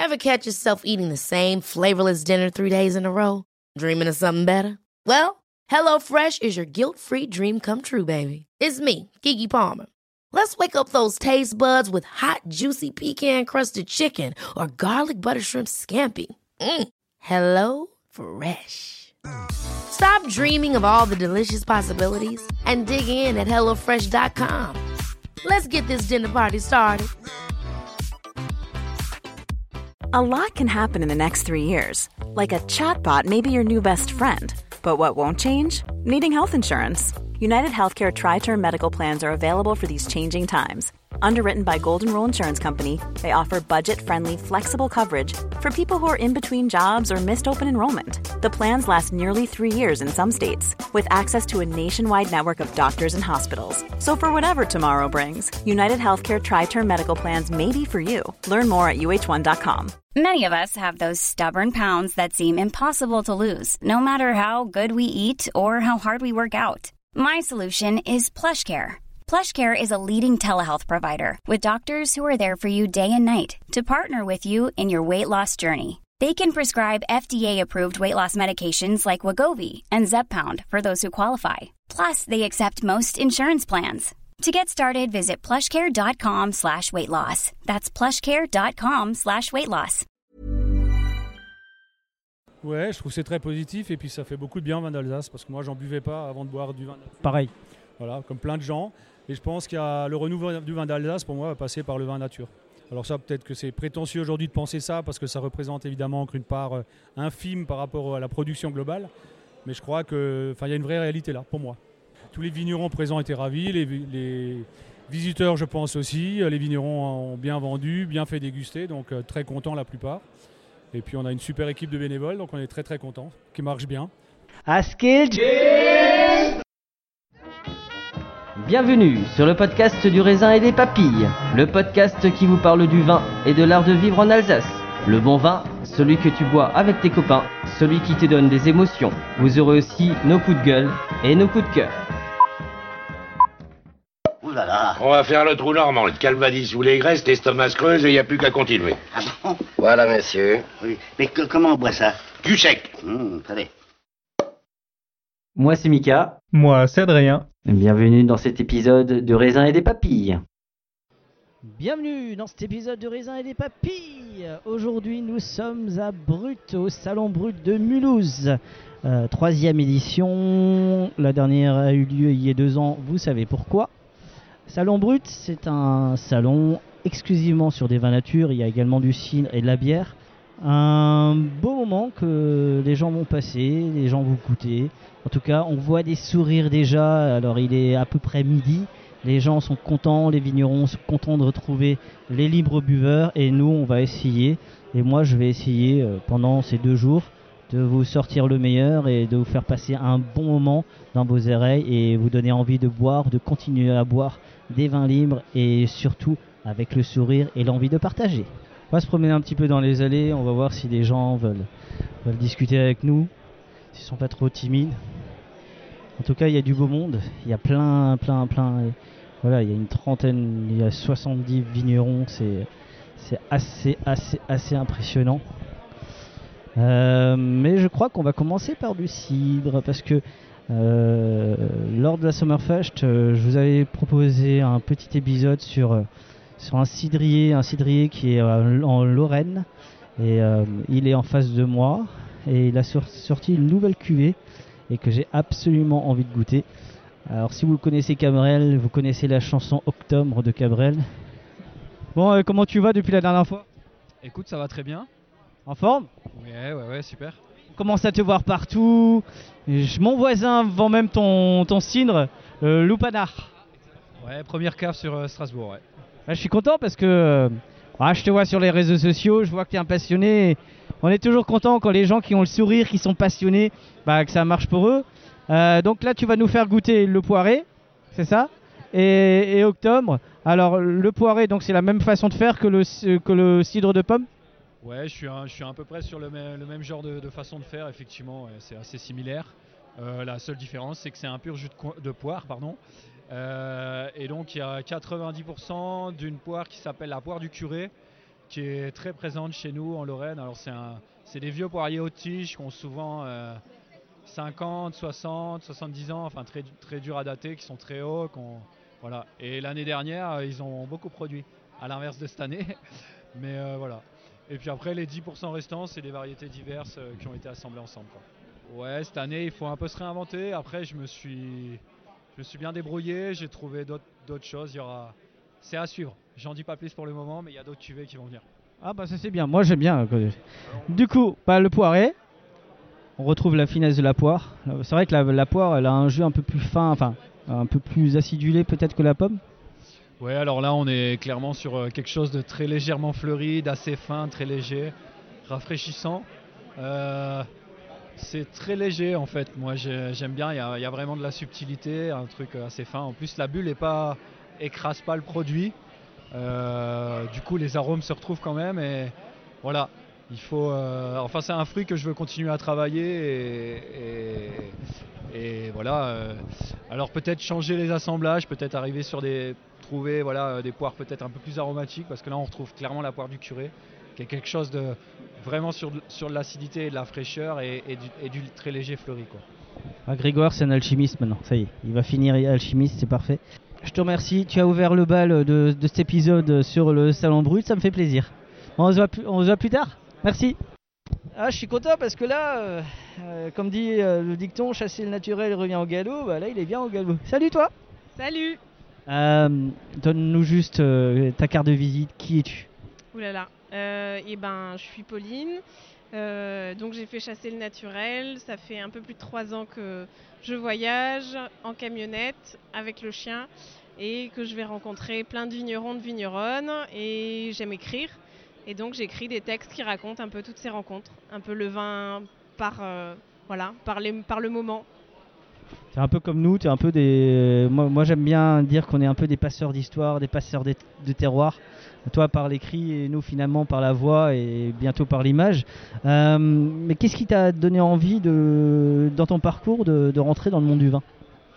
Ever catch yourself eating the same flavorless dinner 3 days in a row? Dreaming of something better? Well, HelloFresh is your guilt-free dream come true, baby. It's me, Keke Palmer. Let's wake up those taste buds with hot, juicy pecan-crusted chicken or garlic butter shrimp scampi. Hello Fresh. Stop dreaming of all the delicious possibilities and dig in at HelloFresh.com. Let's get this dinner party started. A lot can happen in the next 3 years. Like a chatbot may be your new best friend. But what won't change? Needing health insurance. United Healthcare Tri-Term Medical Plans are available for these changing times. Underwritten by Golden Rule Insurance Company, they offer budget-friendly, flexible coverage for people who are in between jobs or missed open enrollment. The plans last nearly 3 years in some states, with access to a nationwide network of doctors and hospitals. So for whatever tomorrow brings, United Healthcare Tri-Term Medical Plans may be for you. Learn more at uh1.com. Many of us have those stubborn pounds that seem impossible to lose, no matter how good we eat or how hard we work out. My solution is PlushCare. PlushCare is a leading telehealth provider with doctors who are there for you day and night to partner with you in your weight loss journey. They can prescribe FDA-approved weight loss medications like Wegovy and Zepbound for those who qualify. Plus, they accept most insurance plans. To get started, visit plushcare.com/weightloss. That's plushcare.com/weightloss. Ouais, je trouve que c'est très positif et puis ça fait beaucoup de bien, vin d'Alsace, parce que moi j'en buvais pas avant de boire du vin d'Alsace. Pareil. Voilà, comme plein de gens. Et je pense qu'il y a le renouveau du vin d'Alsace, pour moi, va passer par le vin nature. Alors ça, peut-être que c'est prétentieux aujourd'hui de penser ça, parce que ça représente évidemment qu'une part infime par rapport à la production globale. Mais je crois qu'il y a une vraie réalité là, pour moi. Tous les vignerons présents étaient ravis, les visiteurs je pense aussi, les vignerons ont bien vendu, bien fait déguster, donc très contents la plupart. Et puis on a une super équipe de bénévoles, donc on est très très contents, qui marche bien. Bienvenue sur le podcast du raisin et des papilles, le podcast qui vous parle du vin et de l'art de vivre en Alsace. Le bon vin, celui que tu bois avec tes copains, celui qui te donne des émotions. Vous aurez aussi nos coups de gueule et nos coups de cœur. On va faire le trou normand, le calvadis sous les graisses, l'estomac se creuse et il n'y a plus qu'à continuer. Ah bon? Voilà, monsieur. Oui. Mais comment on boit ça? Du sec. Allez. Moi c'est Mika. Moi, c'est Adrien. Bienvenue dans cet épisode de Raisin et des papilles. Bienvenue dans cet épisode de Raisin et des papilles. Aujourd'hui, nous sommes à Brut, au Salon Brut de Mulhouse. 3e édition. La dernière a eu lieu il y a 2 ans. Vous savez pourquoi. Salon Brut, c'est un salon exclusivement sur des vins nature. Il y a également du cidre et de la bière. Un beau moment que les gens vont passer, les gens vont goûter. En tout cas, on voit des sourires déjà. Alors, il est à peu près midi. Les gens sont contents, les vignerons sont contents de retrouver les libres buveurs. Et nous, on va essayer. Et moi, je vais essayer pendant ces 2 jours de vous sortir le meilleur et de vous faire passer un bon moment dans vos oreilles et vous donner envie de boire, de continuer à boire des vins libres et surtout avec le sourire et l'envie de partager. On va se promener un petit peu dans les allées, on va voir si les gens veulent discuter avec nous, s'ils sont pas trop timides. En tout cas, il y a du beau monde, il y a plein. Voilà, il y a une trentaine, il y a 70 vignerons, c'est assez impressionnant. Mais je crois qu'on va commencer par du cidre parce que lors de la Sommerfest, je vous avais proposé un petit épisode sur un cidrier qui est en Lorraine et il est en face de moi et il a sorti une nouvelle cuvée et que j'ai absolument envie de goûter. Alors si vous connaissez Cabrel, vous connaissez la chanson Octobre de Cabrel. Bon, comment tu vas depuis la dernière fois? Écoute, ça va très bien. En forme? Ouais, super. On commence à te voir partout. Mon voisin vend même ton cidre, Loupanard. Ouais, première cave sur Strasbourg, ouais. Je suis content parce que je te vois sur les réseaux sociaux, je vois que tu es un passionné. On est toujours content quand les gens qui ont le sourire, qui sont passionnés, que ça marche pour eux. Donc là, tu vas nous faire goûter le poiré, c'est ça, et Octobre. Alors le poiré, donc c'est la même façon de faire que le cidre de pomme. Ouais, je suis à peu près sur le même genre de façon de faire, effectivement, ouais, c'est assez similaire. La seule différence, c'est que c'est un pur jus de poire, pardon. Et donc il y a 90% d'une poire qui s'appelle la poire du curé, qui est très présente chez nous en Lorraine. Alors c'est des vieux poiriers haute tige qui ont souvent 50, 60, 70 ans, enfin très, très durs à dater, qui sont très hauts. Voilà. Et l'année dernière, ils ont beaucoup produit, à l'inverse de cette année. Mais voilà. Et puis après, les 10% restants, c'est des variétés diverses qui ont été assemblées ensemble, quoi. Ouais, cette année, il faut un peu se réinventer. Après, je me suis bien débrouillé, j'ai trouvé d'autres choses. C'est à suivre. J'en dis pas plus pour le moment, mais il y a d'autres cuvées qui vont venir. Ah bah ça c'est bien, moi j'aime bien. Du coup, le poiré, on retrouve la finesse de la poire. C'est vrai que la poire, elle a un jus un peu plus fin, enfin un peu plus acidulé peut-être que la pomme. Ouais, alors là, on est clairement sur quelque chose de très légèrement fleuri, d'assez fin, très léger, rafraîchissant. C'est très léger en fait. Moi, j'aime bien. Il y a vraiment de la subtilité, un truc assez fin. En plus, la bulle écrase pas le produit. Du coup, les arômes se retrouvent quand même. Et voilà. Il faut. Enfin, c'est un fruit que je veux continuer à travailler et voilà. Alors peut-être changer les assemblages, peut-être arriver sur trouver des poires peut-être un peu plus aromatiques, parce que là on retrouve clairement la poire du curé, qui est quelque chose de vraiment sur de l'acidité et de la fraîcheur et du très léger fleuri, quoi. Ah, Grégoire, c'est un alchimiste maintenant. Ça y est, il va finir alchimiste, c'est parfait. Je te remercie. Tu as ouvert le bal de cet épisode sur le Salon Brut, ça me fait plaisir. On se voit plus tard. Merci. Ah, je suis content parce que là, comme dit le dicton, chasser le naturel revient au galop. Bah là, il est bien au galop. Salut toi. Salut. Donne-nous juste ta carte de visite. Qui es-tu? Ouh là là. Je suis Pauline. Donc j'ai fait chasser le naturel. Ça fait un peu plus de 3 ans que je voyage en camionnette avec le chien et que je vais rencontrer plein de vignerons, de vigneronnes. Et j'aime écrire. Et donc j'écris des textes qui racontent un peu toutes ces rencontres, un peu le vin par le moment. C'est un peu comme nous, t'es un peu des. Moi j'aime bien dire qu'on est un peu des passeurs d'histoire, des passeurs de terroir. Toi par l'écrit et nous finalement par la voix et bientôt par l'image. Mais qu'est-ce qui t'a donné envie dans ton parcours de rentrer dans le monde du vin?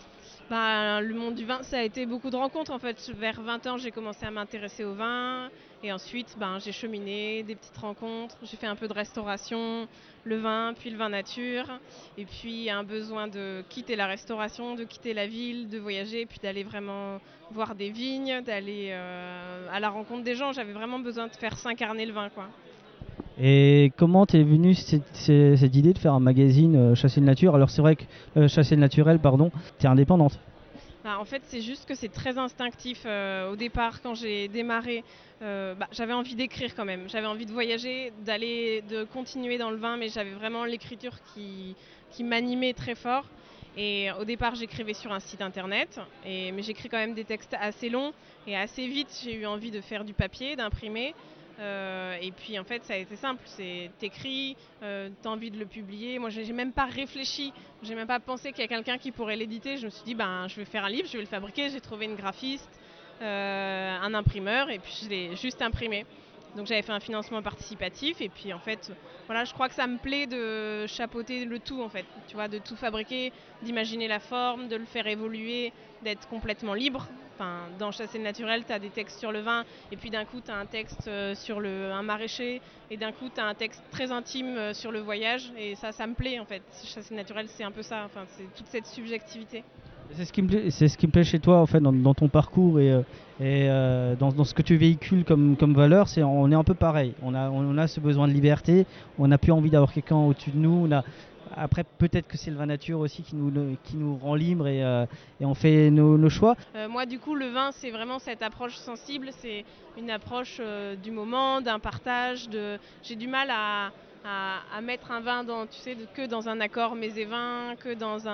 Le monde du vin, ça a été beaucoup de rencontres en fait. Vers 20 ans, j'ai commencé à m'intéresser au vin et ensuite j'ai cheminé, des petites rencontres. J'ai fait un peu de restauration, le vin, puis le vin nature. Et puis un besoin de quitter la restauration, de quitter la ville, de voyager, puis d'aller vraiment voir des vignes, d'aller à la rencontre des gens. J'avais vraiment besoin de faire s'incarner le vin, quoi. Et comment t'es venue cette idée de faire un magazine Chasser le Nature? Alors c'est vrai que Chasser le Naturel, pardon, t'es indépendante. En fait, c'est juste que c'est très instinctif. Au départ, quand j'ai démarré, j'avais envie d'écrire quand même. J'avais envie de voyager, de continuer dans le vin, mais j'avais vraiment l'écriture qui m'animait très fort. Et au départ, j'écrivais sur un site internet, mais j'écris quand même des textes assez longs. Et assez vite, j'ai eu envie de faire du papier, d'imprimer. Et puis en fait ça a été simple, t'écris, t'as envie de le publier. Moi j'ai même pas réfléchi, j'ai même pas pensé qu'il y a quelqu'un qui pourrait l'éditer. Je me suis dit je vais faire un livre, je vais le fabriquer. J'ai trouvé une graphiste, un imprimeur et puis je l'ai juste imprimé. Donc j'avais fait un financement participatif et puis en fait voilà, je crois que ça me plaît de chapeauter le tout en fait, tu vois, de tout fabriquer, d'imaginer la forme, de le faire évoluer, d'être complètement libre. Enfin, dans Chasser le Naturel, tu as des textes sur le vin et puis d'un coup tu as un texte sur un maraîcher et d'un coup tu as un texte très intime sur le voyage et ça me plaît en fait. Chasser le Naturel, c'est un peu ça, enfin, c'est toute cette subjectivité. C'est ce qui me plaît chez toi en fait dans ton parcours et dans ce que tu véhicules comme valeur, on est un peu pareil. On a ce besoin de liberté, on n'a plus envie d'avoir quelqu'un au-dessus de nous. Après peut-être que c'est le vin nature aussi qui nous rend libres et on fait nos choix. Moi du coup le vin c'est vraiment cette approche sensible, c'est une approche du moment, d'un partage. J'ai du mal à mettre un vin que dans un accord mets et vins, que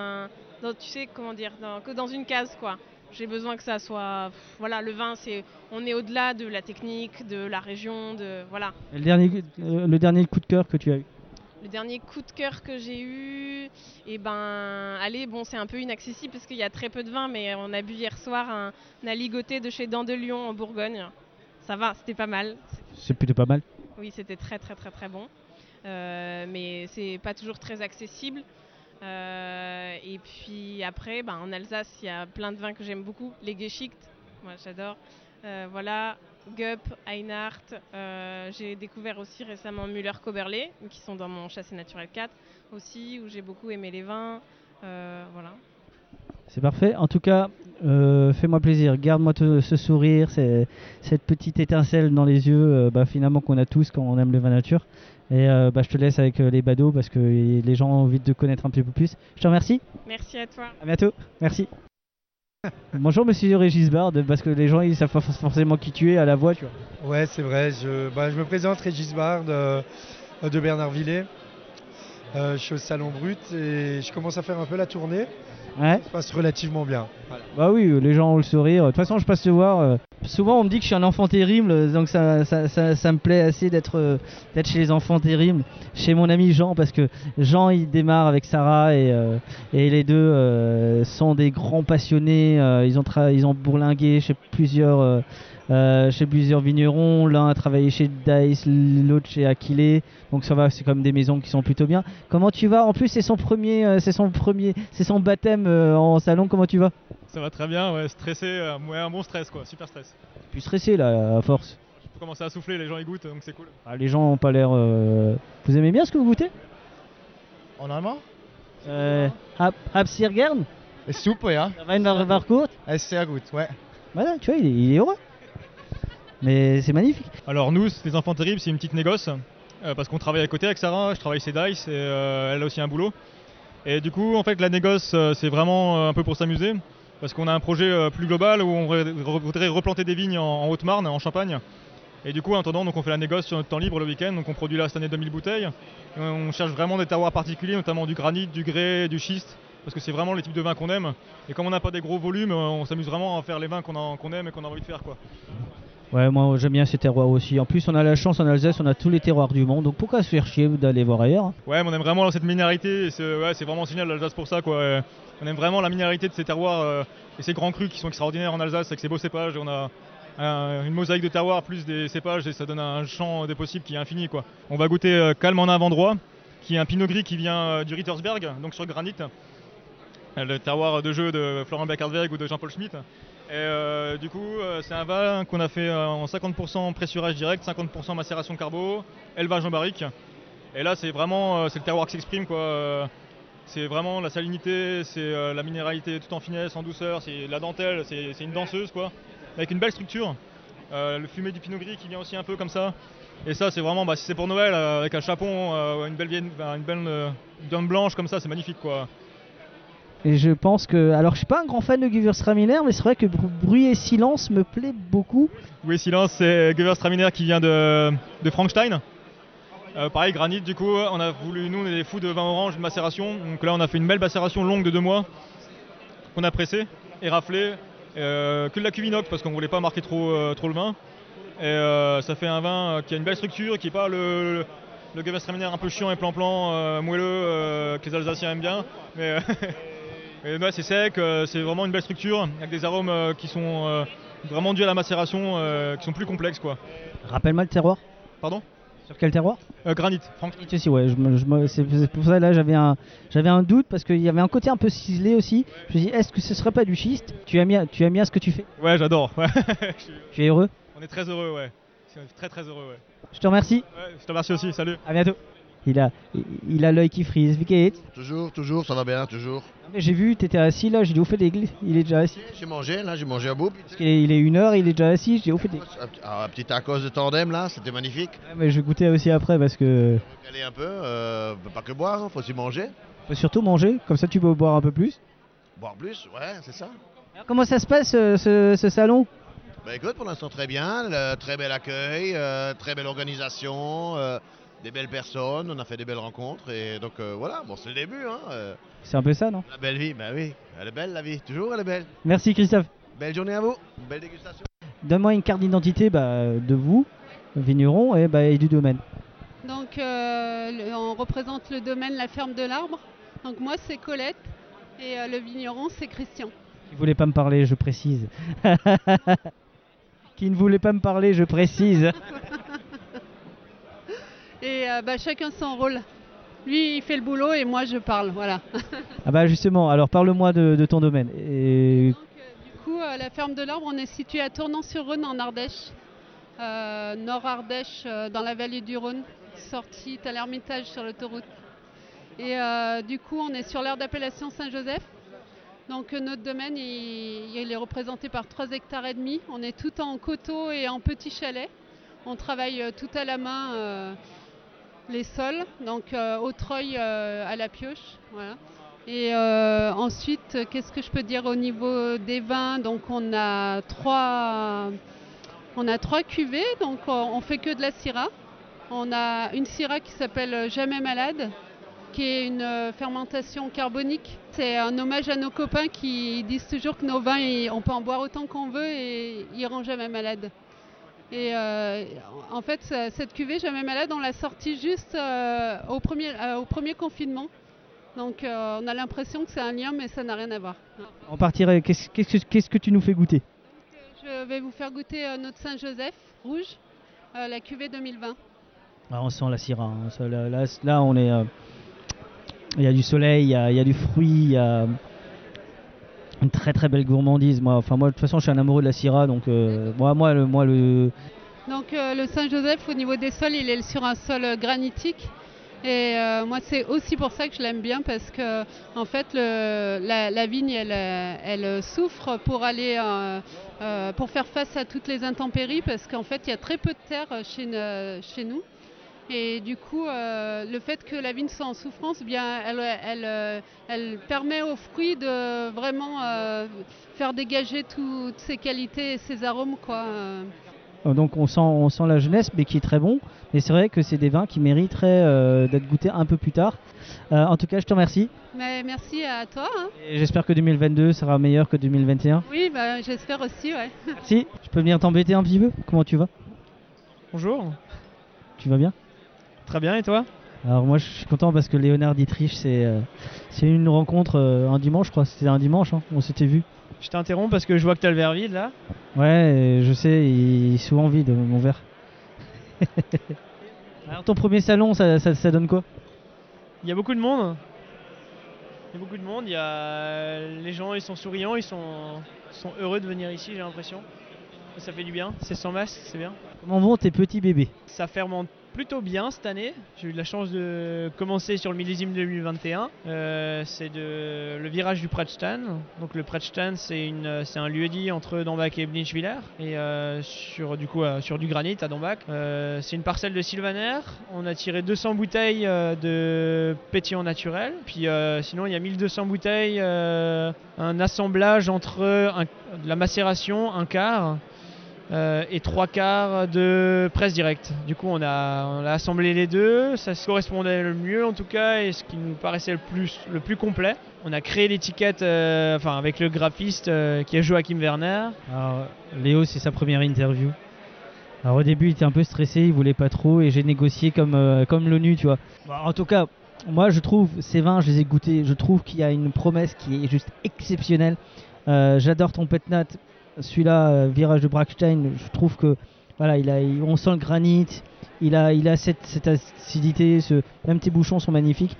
que dans une case quoi. J'ai besoin que ça soit, le vin on est au-delà de la technique, de la région, voilà. Et le dernier coup de cœur que tu as eu? Le dernier coup de cœur que j'ai eu, c'est un peu inaccessible parce qu'il y a très peu de vin, mais on a bu hier soir un aligoté de chez Dandelion en Bourgogne. Ça va, c'était pas mal. C'est plutôt pas mal. Oui, c'était très très très très bon, mais c'est pas toujours très accessible. Et puis après, en Alsace, il y a plein de vins que j'aime beaucoup, les Geschicht, moi j'adore. Voilà. Gup, Einhardt. J'ai découvert aussi récemment Müller-Koberlé, qui sont dans mon châssis naturel 4 aussi, où j'ai beaucoup aimé les vins. Voilà. C'est parfait. En tout cas, fais-moi plaisir. Garde-moi ce sourire, cette petite étincelle dans les yeux, finalement qu'on a tous quand on aime le vin nature. Et je te laisse avec les badauds parce que les gens ont envie de te connaître un petit peu plus. Je te remercie. Merci à toi. À bientôt. Merci. Bonjour Monsieur Régis Bard, parce que les gens ils savent pas forcément qui tu es à la voix, tu vois. Ouais, c'est vrai. Je me présente, Régis Bard de Bernardvillers. Je suis au Salon Brut et je commence à faire un peu la tournée. Ouais. Ça se passe relativement bien. Voilà. Bah oui, les gens ont le sourire. De toute façon, je passe te voir. Souvent, on me dit que je suis un enfant terrible, donc ça me plaît assez d'être chez les enfants terribles. Chez mon ami Jean, parce que Jean, il démarre avec Sarah et les deux sont des grands passionnés. Ils ont bourlingué chez plusieurs vignerons. L'un a travaillé chez Dice, l'autre chez Aquilé. Donc ça va, c'est comme des maisons qui sont plutôt bien. Comment tu vas? En plus, c'est son baptême en salon. Comment tu vas? Ça va très bien, ouais, stressé, un bon stress quoi, super stress. Plus stressé là, à force. Je peux commencer à souffler, les gens ils goûtent, donc c'est cool. Ah, les gens ont pas l'air. Vous aimez bien ce que vous goûtez? En allemand? Hab's ihr gern? Ist super, ja. Wein war gut? Ist sehr gut, ouais. Voilà, tu vois, il est heureux. Mais c'est magnifique. Alors nous, les enfants terribles, c'est une petite négoce, parce qu'on travaille à côté avec Sarah, je travaille chez Dice, et elle a aussi un boulot. Et du coup, en fait, la négoce, c'est vraiment un peu pour s'amuser, parce qu'on a un projet plus global où on voudrait replanter des vignes en Haute-Marne, en Champagne. Et du coup, en attendant, donc on fait la négoce sur notre temps libre le week-end, donc on produit là cette année 2000 bouteilles. Et on cherche vraiment des terroirs particuliers, notamment du granit, du grès, du schiste, parce que c'est vraiment les types de vins qu'on aime. Et comme on n'a pas des gros volumes, on s'amuse vraiment à faire les vins qu'on aime et qu'on a envie de faire, quoi. Ouais, moi j'aime bien ces terroirs aussi. En plus, on a la chance en Alsace, on a tous les terroirs du monde, donc pourquoi se faire chier d'aller voir ailleurs? Ouais, mais on aime vraiment cette minéralité, et c'est vraiment génial l'Alsace pour ça, quoi. On aime vraiment la minéralité de ces terroirs et ces grands crus qui sont extraordinaires en Alsace avec ces beaux cépages. Et on a une mosaïque de terroirs plus des cépages et ça donne un champ des possibles qui est infini, quoi. On va goûter Calme en avant-droit, qui est un pinot gris qui vient du Rittersberg, donc sur granit, le terroir de jeu de Florent Beckhartweg ou de Jean-Paul Schmitt. Et du coup, c'est un vin qu'on a fait en 50% pressurage direct, 50% macération carbo, élevage en barrique. Et là, c'est vraiment c'est le terroir qui s'exprime, quoi. C'est vraiment la salinité, c'est la minéralité tout en finesse, en douceur, c'est la dentelle, c'est une danseuse, quoi, avec une belle structure. Le fumé du pinot gris qui vient aussi un peu comme ça. Et ça, c'est vraiment, si c'est pour Noël, avec un chapon, une belle viande blanche comme ça, c'est magnifique, quoi. Et je pense que... Alors, je suis pas un grand fan de Gewürztraminer, mais c'est vrai que Bruit et Silence me plaît beaucoup. Bruit et Silence, c'est Gewürztraminer qui vient de Frankenstein. Pareil, granit, du coup, on a voulu, nous, on est des fous de vin orange, de macération. Donc là, on a fait une belle macération longue de 2 mois, qu'on a pressé et raflé. Que de la cuvinox, parce qu'on voulait pas marquer trop le vin. Et ça fait un vin qui a une belle structure, qui n'est pas le Gewürztraminer un peu chiant et plan-plan, moelleux, que les Alsaciens aiment bien. Mais et ouais, c'est sec, c'est vraiment une belle structure, avec des arômes qui sont vraiment dus à la macération, qui sont plus complexes, quoi. Rappelle-moi le terroir. Pardon? Sur quel terroir? Granit. Granit aussi, ouais. C'est pour ça là j'avais un doute parce qu'il y avait un côté un peu ciselé aussi. Je me suis dit, est-ce que ce serait pas du schiste? Tu aimes bien ce que tu fais? Ouais, j'adore. Ouais. Tu es heureux? On est très heureux, ouais. Très très heureux, ouais. Je te remercie. Ouais, je te remercie aussi, salut. À bientôt. Il a l'œil qui frise. Wie geht's? Toujours, ça va bien, toujours. Mais j'ai vu, t'étais assis là, j'ai dit au fait des glisses, il est déjà assis. J'ai mangé un bout. Parce qu'il est 1h, il est déjà assis, j'ai dit au fait des glisses. Un petit tacos de tandem là, c'était magnifique. Ouais, mais je vais goûter aussi après parce que... Recaler un peu, pas que boire, hein, faut aussi manger. Faut surtout manger, comme ça tu peux boire un peu plus. Boire plus, ouais, c'est ça. Alors, comment ça se passe ce salon? Bah écoute, pour l'instant très bien, très bel accueil, très belle organisation, des belles personnes, on a fait des belles rencontres et donc voilà, bon c'est le début. Hein, c'est un peu ça, non? La belle vie, bah oui, elle est belle la vie, toujours elle est belle. Merci Christophe. Belle journée à vous, belle dégustation. Donne-moi une carte d'identité de vous, vigneron, et du domaine. Donc on représente le domaine La Ferme de l'Arbre, donc moi c'est Colette et le vigneron c'est Christian. Qui ne voulait pas me parler, je précise. Qui ne voulait pas me parler, je précise. Et chacun son rôle. Lui, il fait le boulot et moi, je parle. Voilà. Ah bah justement, alors parle-moi de ton domaine. Et... Donc, du coup, la ferme de l'Arbre, on est situé à Tournon-sur-Rhône en Ardèche. Nord Ardèche, dans la vallée du Rhône, sortie à l'Ermitage sur l'autoroute. Et du coup, on est sur l'aire d'appellation Saint-Joseph. Donc notre domaine, il est représenté par 3,5 hectares. On est tout en coteaux et en petits chalets. On travaille tout à la main les sols, donc au treuil à la pioche. Voilà. Et ensuite, qu'est-ce que je peux dire au niveau des vins? Donc on a trois cuvées, donc on fait que de la Syrah. On a une Syrah qui s'appelle Jamais Malade, qui est une fermentation carbonique. C'est un hommage à nos copains qui disent toujours que nos vins, on peut en boire autant qu'on veut et ils rendent jamais malade. Et en fait, cette cuvée Jamais Malade, on l'a sortie juste au premier confinement. Donc on a l'impression que c'est un lien, mais ça n'a rien à voir. On partirait. Qu'est-ce que tu nous fais goûter? Je vais vous faire goûter notre Saint-Joseph rouge, la cuvée 2020. Ah, on sent la Syrah. Hein. Là, on est. Il y a du soleil, il y a du fruit, il y a une très très belle gourmandise. Moi, de toute façon, je suis un amoureux de la Syrah, donc moi le. Donc le Saint-Joseph, au niveau des sols, il est sur un sol granitique. Et moi, c'est aussi pour ça que je l'aime bien, parce que en fait, la vigne, elle souffre pour aller pour faire face à toutes les intempéries, parce qu'en fait, il y a très peu de terre chez nous. Et du coup, le fait que la vigne soit en souffrance, bien, elle permet aux fruits de vraiment faire dégager toutes ses qualités et ses arômes, quoi. Donc on sent la jeunesse, mais qui est très bon. Mais c'est vrai que c'est des vins qui mériteraient d'être goûtés un peu plus tard. En tout cas, je te remercie. Mais merci à toi. Hein. Et j'espère que 2022 sera meilleur que 2021. Oui, j'espère aussi, ouais. Merci. Je peux venir t'embêter un petit peu? Comment tu vas? Bonjour. Tu vas bien? Très bien, et toi? Alors moi je suis content parce que Léonard Dietrich, c'est une rencontre un dimanche, je crois. C'était un dimanche, hein, on s'était vu. Je t'interromps parce que je vois que t'as le verre vide là. Ouais, je sais, il est souvent vide mon verre. Alors ton premier salon, ça donne quoi? Il y a beaucoup de monde. Les gens, ils sont souriants, ils sont heureux de venir ici, j'ai l'impression. Ça fait du bien, c'est sans masque, c'est bien. Comment vont tes petits bébés? Ça fermente plutôt bien cette année. J'ai eu de la chance de commencer sur le millésime 2021. C'est le virage du Pratstan. Donc le Pratstan, c'est un lieu-dit entre Dambach et Blinchwiller, et sur du granit à Dambach. C'est une parcelle de Sylvaner. On a tiré 200 bouteilles de pétillant naturel. Puis sinon il y a 1200 bouteilles, un assemblage entre de la macération, un quart, et 3/4 de presse directe. Du coup on a assemblé les deux, ça se correspondait le mieux en tout cas, et ce qui nous paraissait le plus complet. On a créé l'étiquette avec le graphiste qui est Joachim Werner. Alors, Léo, c'est sa première interview. Alors au début il était un peu stressé, il voulait pas trop, et j'ai négocié comme l'ONU, tu vois. En tout cas, moi je trouve ces vins, je les ai goûtés, je trouve qu'il y a une promesse qui est juste exceptionnelle. J'adore ton Petnat. Celui-là, virage de Brackstein, je trouve que voilà, on sent le granit, il a cette acidité, même tes bouchons sont magnifiques.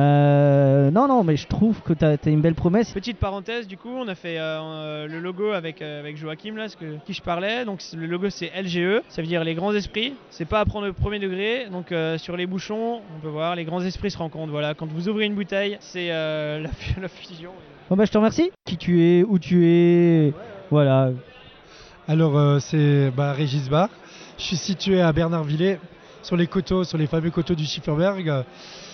Non, mais je trouve que t'as une belle promesse. Petite parenthèse, du coup, on a fait le logo avec Joachim, là, qui je parlais. Donc le logo c'est LGE, ça veut dire les grands esprits. C'est pas à prendre au premier degré. Donc sur les bouchons, on peut voir les grands esprits se rencontrent. Voilà, quand vous ouvrez une bouteille, c'est la fusion. Bon je te remercie. Qui tu es, où tu es, voilà. Alors c'est Régis Bar. Je suis situé à Bernardvillers, sur les fameux coteaux du Schifferberg.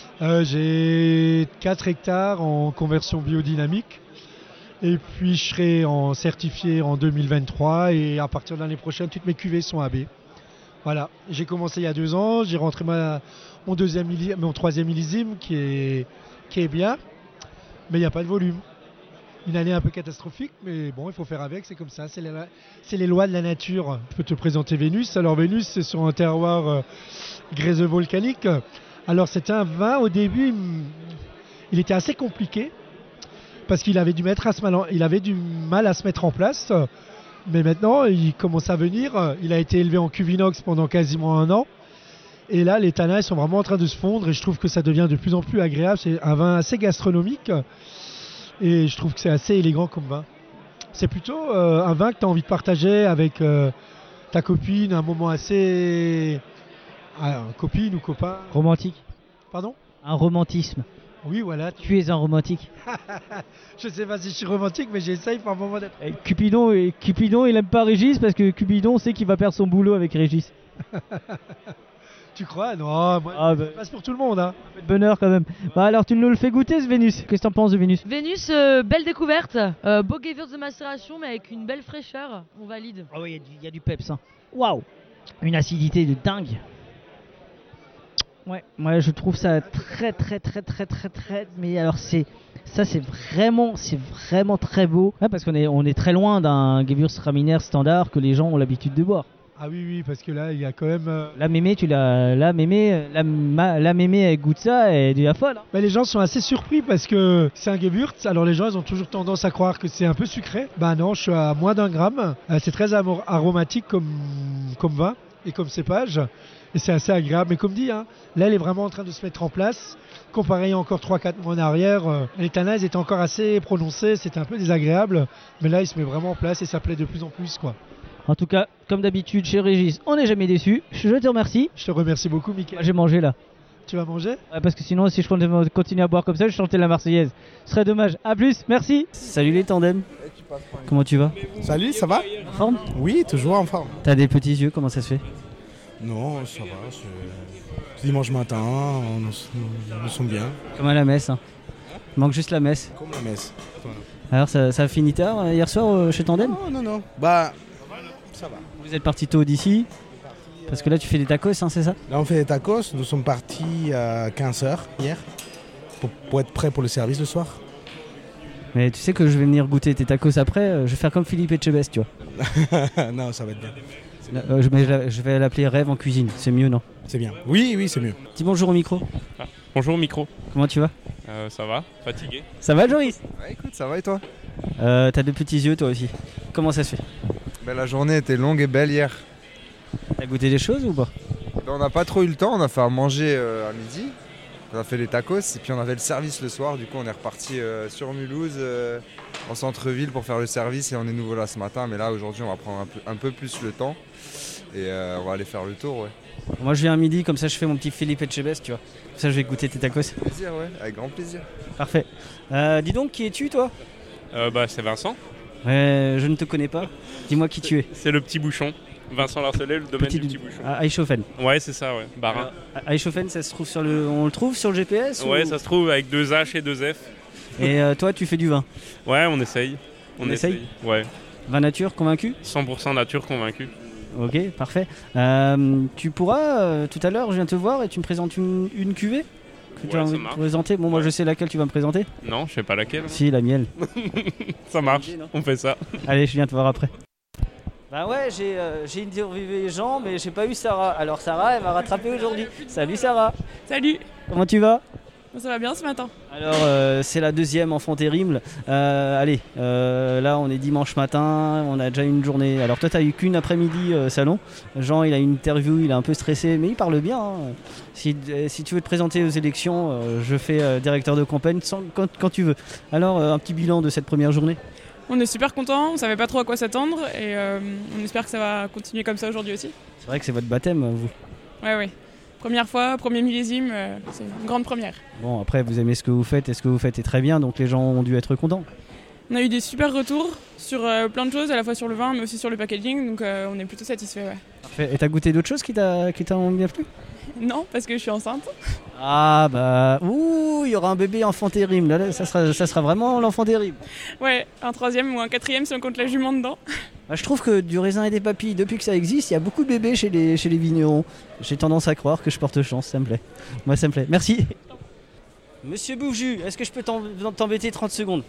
J'ai 4 hectares en conversion biodynamique, et puis je serai certifié en 2023, et à partir de l'année prochaine toutes mes cuvées sont AB. Voilà, j'ai commencé il y a 2 ans, j'ai rentré mon 3e millésime qui est bien, mais il n'y a pas de volume. Une année un peu catastrophique, mais bon, il faut faire avec, c'est comme ça, c'est les lois de la nature. Je peux te présenter Vénus. Alors Vénus, c'est sur un terroir gréseux volcanique. Alors c'était un vin, au début, il était assez compliqué, parce qu'il avait du mal à se mettre en place, mais maintenant il commence à venir. Il a été élevé en cuve inox pendant quasiment 1 an, et là les tanins sont vraiment en train de se fondre, et je trouve que ça devient de plus en plus agréable. C'est un vin assez gastronomique, et je trouve que c'est assez élégant comme vin. C'est plutôt un vin que tu as envie de partager avec ta copine, un moment assez... copine ou copain. Romantique. Pardon? Un romantisme. Oui, voilà. Tu es un romantique. Je sais pas si je suis romantique, mais j'essaye par moment d'être... Cupidon, il aime pas Régis parce que Cupidon sait qu'il va perdre son boulot avec Régis. Tu crois? Non, moi, ça passe pour tout le monde. Hein. Un peu de bonheur quand même. Bah alors tu nous le fais goûter ce Vénus. Qu'est-ce que t'en penses de Vénus? Vénus, belle découverte. Beau Gewürz de macération, mais avec une belle fraîcheur. On valide. Ah oui, il y a du peps. Hein. Waouh! Une acidité de dingue. Ouais, moi je trouve ça très. Mais alors c'est vraiment très beau. Ouais, parce qu'on est très loin d'un Gewürztraminer standard que les gens ont l'habitude de boire. Ah oui, parce que là il y a quand même. La mémé, la mémé elle goûte ça et elle devient folle. Hein. Bah, les gens sont assez surpris parce que c'est un Gewürz. Alors les gens ils ont toujours tendance à croire que c'est un peu sucré. Bah non, je suis à moins d'1 gramme. C'est très aromatique comme vin et comme cépage. Et c'est assez agréable. Mais comme dit, hein, là elle est vraiment en train de se mettre en place. Comparé à encore 3-4 mois en arrière, les tanins étaient encore assez prononcés. C'était un peu désagréable. Mais là il se met vraiment en place et ça plaît de plus en plus quoi. En tout cas, comme d'habitude chez Régis, on n'est jamais déçu. Je te remercie. Je te remercie beaucoup, Mickaël. J'ai mangé là. Tu vas manger? Ouais, parce que sinon, si je continue à boire comme ça, je chantais la Marseillaise. Ce serait dommage. A plus, merci. Salut les tandems. Comment tu vas? Salut, ça va? En forme? Oui, toujours en forme. T'as des petits yeux, comment ça se fait? Non, ça va. C'est dimanche matin, nous sommes bien. Comme à la messe. Hein. Il manque juste la messe. Comme la messe. Voilà. Alors, ça a fini tard hier soir chez Tandem? Non. Bah, ça va. Vous êtes parti tôt d'ici? Parce que là, tu fais des tacos, hein, c'est ça? Là, on fait des tacos. Nous sommes partis à 15h hier pour être prêts pour le service le soir. Mais tu sais que je vais venir goûter tes tacos après. Je vais faire comme Philippe Etchebest, tu vois. Non, ça va être bien. Je vais l'appeler Rêve en cuisine. C'est mieux, non? C'est bien. Oui, c'est mieux. Dis bonjour au micro. Ah, bonjour au micro. Comment tu vas? Ça va, fatigué. Ça va, Joris? Ouais, écoute, ça va et toi? T'as de petits yeux, toi aussi. Comment ça se fait? La journée était longue et belle hier. T'as goûté des choses ou pas? On n'a pas trop eu le temps, on a fait à manger à midi. On a fait les tacos et puis on avait le service le soir. Du coup, on est reparti sur Mulhouse, en centre-ville pour faire le service et on est nouveau là ce matin. Mais là, aujourd'hui, on va prendre un peu plus le temps et on va aller faire le tour. Ouais. Moi, je viens à midi, comme ça, je fais mon petit Philippe Etchebest, tu vois. Comme ça, je vais goûter tes tacos. Avec plaisir, ouais, avec grand plaisir. Parfait. Dis donc, qui es-tu, toi? C'est Vincent. Je ne te connais pas. Dis-moi qui tu es. C'est le petit bouchon. Vincent Larcelet, le domaine du petit bouchon. À Eichhofen. Ouais, c'est ça, ouais. Barin. Eichhofen, ça se trouve on le trouve sur le GPS? Ouais, ça se trouve avec 2 H et 2 F. Et toi, tu fais du vin? Ouais, on essaye. On essaye? Ouais. Vin nature, convaincu? 100% nature, convaincu. Ok, parfait. Tu pourras, tout à l'heure, je viens te voir et tu me présentes une cuvée que tu as envie de présenter. Bon, moi je sais laquelle tu vas me présenter. Non, je sais pas laquelle. Si, la miel. Ça marche, on fait ça. Allez, je viens te voir après. Bah ouais, j'ai interviewé Jean, mais j'ai pas eu Sarah. Alors Sarah, elle va rattraper aujourd'hui. Salut Sarah. Salut. Comment tu vas? Ça va bien ce matin. Alors c'est la deuxième enfant terrible. Allez, là on est dimanche matin, on a déjà une journée. Alors toi t'as eu qu'une après-midi salon. Jean il a une interview, il est un peu stressé, mais il parle bien. Hein. Si tu veux te présenter aux élections, je fais directeur de campagne quand tu veux. Alors un petit bilan de cette première journée. On est super contents, on savait pas trop à quoi s'attendre et on espère que ça va continuer comme ça aujourd'hui aussi. C'est vrai que c'est votre baptême, vous. Ouais. Première fois, premier millésime, c'est une grande première. Bon, après, vous aimez ce que vous faites et ce que vous faites est très bien, donc les gens ont dû être contents. On a eu des super retours sur plein de choses, à la fois sur le vin, mais aussi sur le packaging, donc on est plutôt satisfait. Ouais. Parfait. Et t'as goûté d'autres choses qui t'ont bien plu? Non, parce que je suis enceinte. Ah bah, il y aura un bébé enfant terrible, là, ça sera vraiment l'enfant terrible. Ouais, un 3e ou un 4e si on compte la jument dedans. Bah, je trouve que du raisin et des papilles, depuis que ça existe, il y a beaucoup de bébés chez les vignerons. J'ai tendance à croire que je porte chance, ça me plaît. Moi ça me plaît, merci. Monsieur Boufjus, est-ce que je peux t'embêter 30 secondes?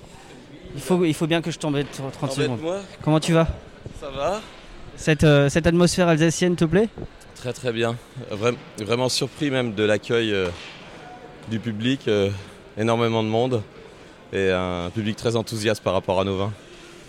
Il faut bien que je t'embête 30 secondes. Comment tu vas? Ça va. Cette atmosphère alsacienne te plaît? Très très bien. Vraiment surpris même de l'accueil du public. Énormément de monde et un public très enthousiaste par rapport à nos vins.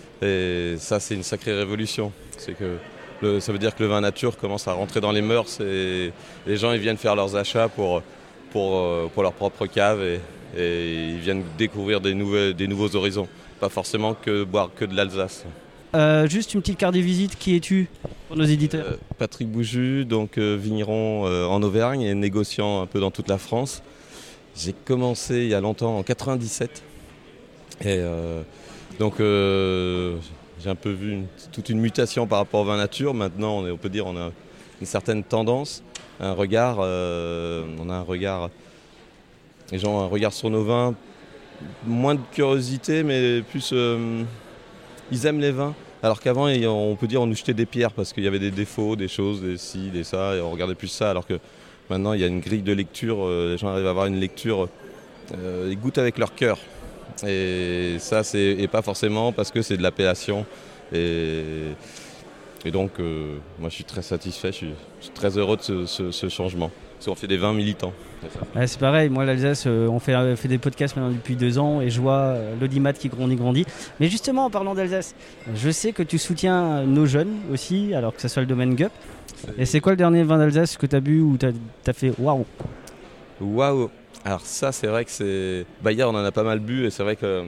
Et ça c'est une sacrée révolution. C'est que ça veut dire que le vin nature commence à rentrer dans les mœurs et les gens ils viennent faire leurs achats pour leur propre cave et ils viennent découvrir des nouveaux horizons. Pas forcément que boire que de l'Alsace. Juste une petite carte de visite, qui es-tu? Pour nos éditeurs. Patrick Bouju, donc vigneron en Auvergne et négociant un peu dans toute la France. J'ai commencé il y a longtemps, en 97. Et donc j'ai un peu vu toute une mutation par rapport au vin nature. Maintenant, on peut dire on a une certaine tendance, un regard. On a un regard. Les gens ont un regard sur nos vins, moins de curiosité, mais plus ils aiment les vins. Alors qu'avant, on peut dire on nous jetait des pierres parce qu'il y avait des défauts, des choses, des ci, des ça, et on regardait plus ça. Alors que maintenant, il y a une grille de lecture, les gens arrivent à avoir une lecture, ils goûtent avec leur cœur. Et ça, et pas forcément parce que c'est de l'appellation. Et donc, moi, je suis très satisfait, je suis très heureux de ce changement. Parce qu'on fait des vins militants. Ouais, c'est pareil, moi l'Alsace, on fait des podcasts maintenant depuis 2 ans et je vois l'audimat qui grandit. Mais justement, en parlant d'Alsace, je sais que tu soutiens nos jeunes aussi, alors que ce soit le domaine GUP. Et c'est quoi le dernier vin d'Alsace que tu as bu ou tu as fait waouh? Waouh! Alors ça, c'est vrai que c'est... hier, on en a pas mal bu et c'est vrai que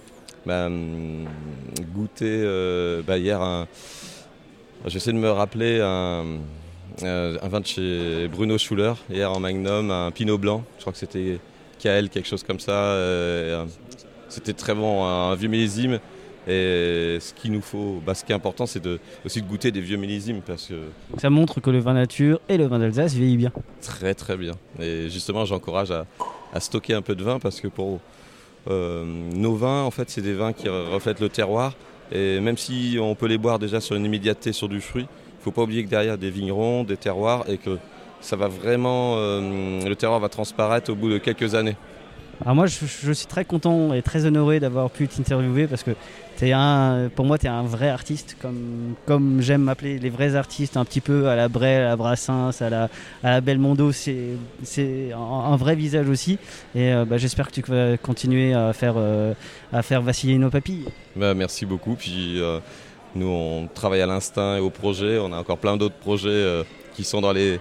goûter hier, j'essaie de me rappeler un vin de chez Bruno Schuller, hier en Magnum, un Pinot Blanc, je crois que c'était KL, quelque chose comme ça. C'était très bon, un vieux millésime. Et ce qu'il nous faut, ce qui est important, c'est aussi de goûter des vieux millésimes. Parce que ça montre que le vin nature et le vin d'Alsace vieillit bien. Très très bien. Et justement, j'encourage à stocker un peu de vin parce que pour nos vins, en fait, c'est des vins qui reflètent le terroir. Et même si on peut les boire déjà sur une immédiateté sur du fruit, il ne faut pas oublier que derrière des vignerons, des terroirs, et que ça va vraiment, le terroir va transparaître au bout de quelques années. Alors moi je suis très content et très honoré d'avoir pu t'interviewer parce que pour moi tu es un vrai artiste comme j'aime m'appeler les vrais artistes, un petit peu à la Brel, à la Brassens, à la Belmondo, c'est un vrai visage aussi et j'espère que tu vas continuer à faire vaciller nos papilles. Merci beaucoup, puis nous on travaille à l'instinct et au projet, on a encore plein d'autres projets qui sont dans les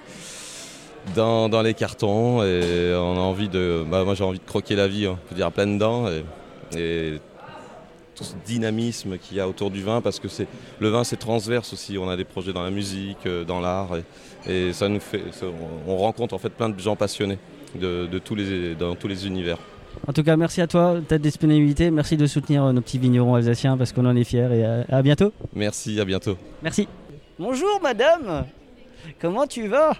cartons et on a envie moi j'ai envie de croquer la vie, on peut dire à pleines dents et tout ce dynamisme qu'il y a autour du vin parce que le vin c'est transverse aussi, on a des projets dans la musique, dans l'art et ça nous fait, on rencontre en fait plein de gens passionnés dans tous les univers. En tout cas merci à toi de ta disponibilité, merci de soutenir nos petits vignerons alsaciens parce qu'on en est fiers et à bientôt. Merci, à bientôt. Merci. Bonjour madame, comment tu vas?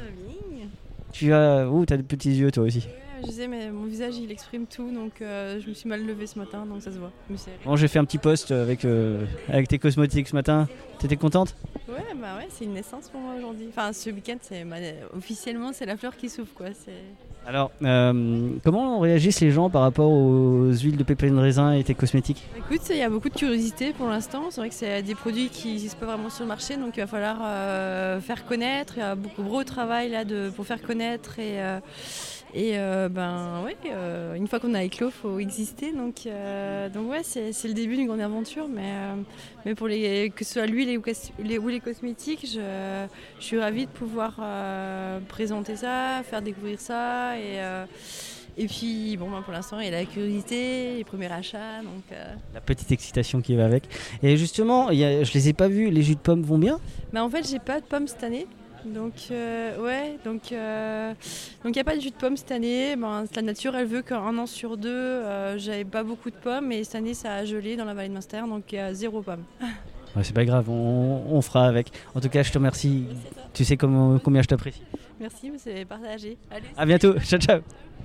T'as des petits yeux toi aussi. Je sais, mais mon visage il exprime tout, donc je me suis mal levée ce matin, donc ça se voit. Bon, j'ai fait un petit post avec tes cosmétiques ce matin. T'étais contente? Ouais, c'est une naissance pour moi aujourd'hui. Enfin, ce week-end, officiellement, c'est la fleur qui s'ouvre, quoi. Alors, comment réagissent les gens par rapport aux huiles de pépins de raisin et tes cosmétiques? Écoute, il y a beaucoup de curiosité pour l'instant. C'est vrai que c'est des produits qui n'existent pas vraiment sur le marché, donc il va falloir faire connaître. Il y a beaucoup de gros travail là pour faire connaître une fois qu'on a éclos, il faut exister. Donc c'est le début d'une grande aventure. Mais pour que ce soit l'huile ou les cosmétiques, je suis ravie de pouvoir présenter ça, faire découvrir ça. Et puis, pour l'instant, il y a la curiosité, les premiers achats. La petite excitation qui va avec. Et justement, je les ai pas vus, les jus de pommes vont bien? En fait, j'ai pas de pommes cette année. Donc il n'y a pas de jus de pomme cette année. La nature elle veut qu'un an sur 2 j'avais pas beaucoup de pommes et cette année ça a gelé dans la vallée de Münster, donc il y a 0 pomme. Ouais, c'est pas grave, on fera avec. En tout cas je te remercie, tu sais combien je t'apprécie. Merci, c'est partagé. Allez, à bientôt, ciao.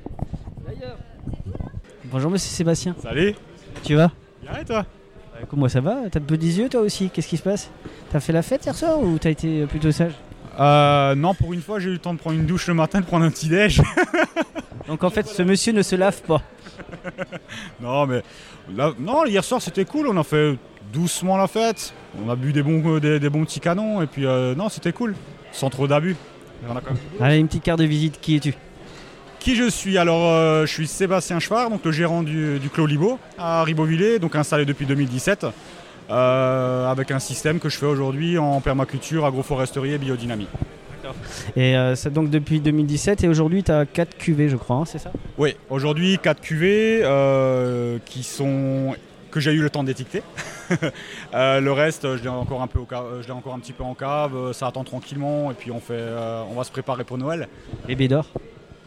Bonjour monsieur Sébastien. Salut. Tu vas? Bien et toi? Écoute, moi ça va, t'as de petits yeux toi aussi, qu'est-ce qui se passe? T'as fait la fête hier soir ou t'as été plutôt sage? Non, pour une fois j'ai eu le temps de prendre une douche le matin, de prendre un petit déj. Donc en fait ce monsieur ne se lave pas. Non mais hier soir c'était cool, on a fait doucement la fête, on a bu des bons petits canons et puis non c'était cool, sans trop d'abus. Allez, une petite carte de visite, qui es-tu? Qui je suis? Alors je suis Sébastien Schwar, donc le gérant du Clos Libo à Ribeauvillé, donc installé depuis 2017. Avec un système que je fais aujourd'hui en permaculture, agroforesterie et biodynamie. D'accord. Et c'est donc depuis 2017 et aujourd'hui tu as 4 cuvées je crois, c'est ça? Oui, aujourd'hui 4 cuvées qui sont que j'ai eu le temps d'étiqueter. Le reste, je l'ai encore un petit peu en cave, ça attend tranquillement et puis on va se préparer pour Noël. Bébé d'or. Pardon ?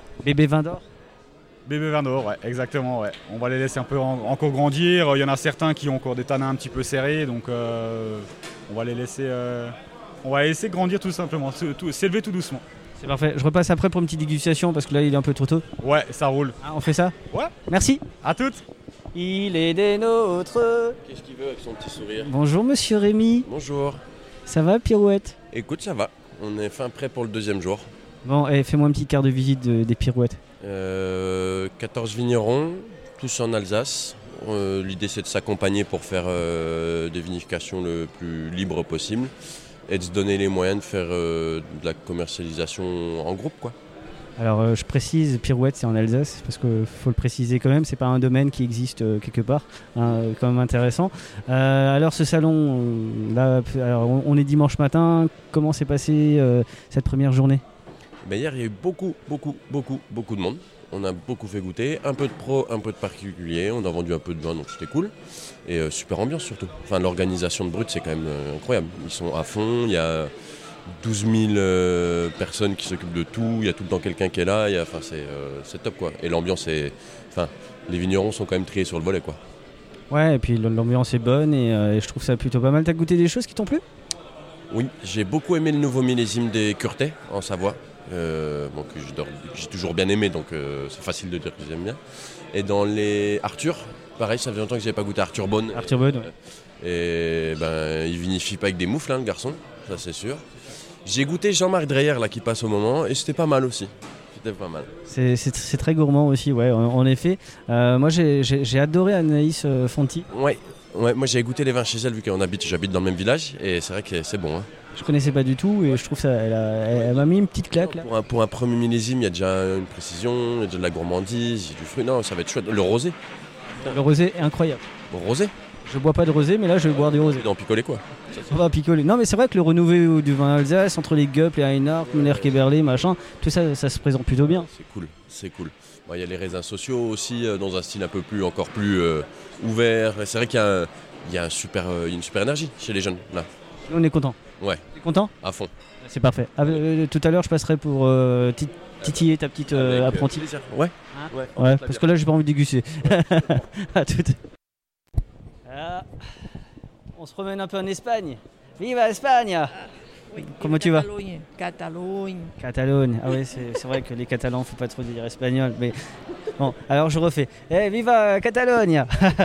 Bébé vin d'or. Bébé vin d'or, ouais, exactement. Ouais. On va les laisser un peu encore grandir. Il y en a certains qui ont encore des tanins un petit peu serrés, donc on va les laisser grandir tout simplement, s'élever tout doucement. C'est parfait. Je repasse après pour une petite dégustation parce que là il est un peu trop tôt. Ouais, ça roule. Ah, on fait ça ? Ouais. Merci. À toutes. Il est des nôtres. Qu'est-ce qu'il veut avec son petit sourire ? Bonjour Monsieur Rémi. Bonjour. Ça va, Pirouette ? Écoute, ça va. On est fin prêt pour le 2e jour. Bon, fais-moi une petite carte de visite des Pirouettes. 14 vignerons, tous en Alsace. L'idée c'est de s'accompagner pour faire des vinifications le plus libre possible et de se donner les moyens de faire de la commercialisation en groupe, quoi. Alors je précise, Pirouette c'est en Alsace parce qu'il faut le préciser quand même, c'est pas un domaine qui existe quelque part, hein, quand même intéressant. Alors ce salon, là, alors, on est dimanche matin, comment s'est passée cette première journée ? Ben hier il y a eu beaucoup de monde. On a beaucoup fait goûter, un peu de pros, un peu de particuliers, on a vendu un peu de vin donc c'était cool. Et super ambiance surtout. Enfin l'organisation de Brut c'est quand même incroyable. Ils sont à fond, il y a 12 000 personnes qui s'occupent de tout, il y a tout le temps quelqu'un qui est là, c'est top quoi. Et l'ambiance est... Enfin, les vignerons sont quand même triés sur le volet quoi. Ouais, et puis l'ambiance est bonne et je trouve ça plutôt pas mal. T'as goûté des choses qui t'ont plu ? Oui, j'ai beaucoup aimé le nouveau millésime des Curtet en Savoie. Que j'ai toujours bien aimé, donc c'est facile de dire que j'aime bien. Et dans les Arthur, pareil, ça fait longtemps que j'avais pas goûté Arthur Bonne. Arthur Bonne, ouais. Et il vinifie pas avec des moufles, le garçon, ça c'est sûr. J'ai goûté Jean-Marc Dreyer là qui passe au moment et c'était pas mal aussi. C'était pas mal. C'est très gourmand aussi, ouais, en effet. Moi j'ai adoré Anaïs Fonti. Ouais, moi j'ai goûté les vins chez elle vu j'habite dans le même village et c'est vrai que c'est bon. Hein. Je connaissais pas du tout et je trouve ça, elle m'a mis une petite claque là. Pour un premier millésime, il y a déjà une précision, il y a déjà de la gourmandise, il y a du fruit. Non, ça va être chouette. Le rosé. Le rosé est incroyable. Le rosé. Je bois pas de rosé, mais là je vais boire du rosé. On va picoler quoi. On va picoler. Non mais c'est vrai que le renouveau du vin Alsace entre les Gup, les Einhardt, Müller Keberle, machin, tout ça, ça se présente plutôt bien. C'est cool. Bon, y a les raisins sociaux aussi dans un style un peu plus, encore plus ouvert. Et c'est vrai qu'il y a une super énergie chez les jeunes là. On est content. Ouais. T'es content ? À fond. C'est parfait. Tout à l'heure je passerai pour titiller ta petite apprentie. Ouais. Hein ouais. Parce que là j'ai pas envie de déguster. À toutes. Ah, on se promène un peu en Espagne. Viva Espagne! Oui, comment tu vas? Catalogne. Ah oui, c'est vrai que les Catalans, faut pas trop dire espagnol. Mais bon, alors je refais. Viva Catalogne!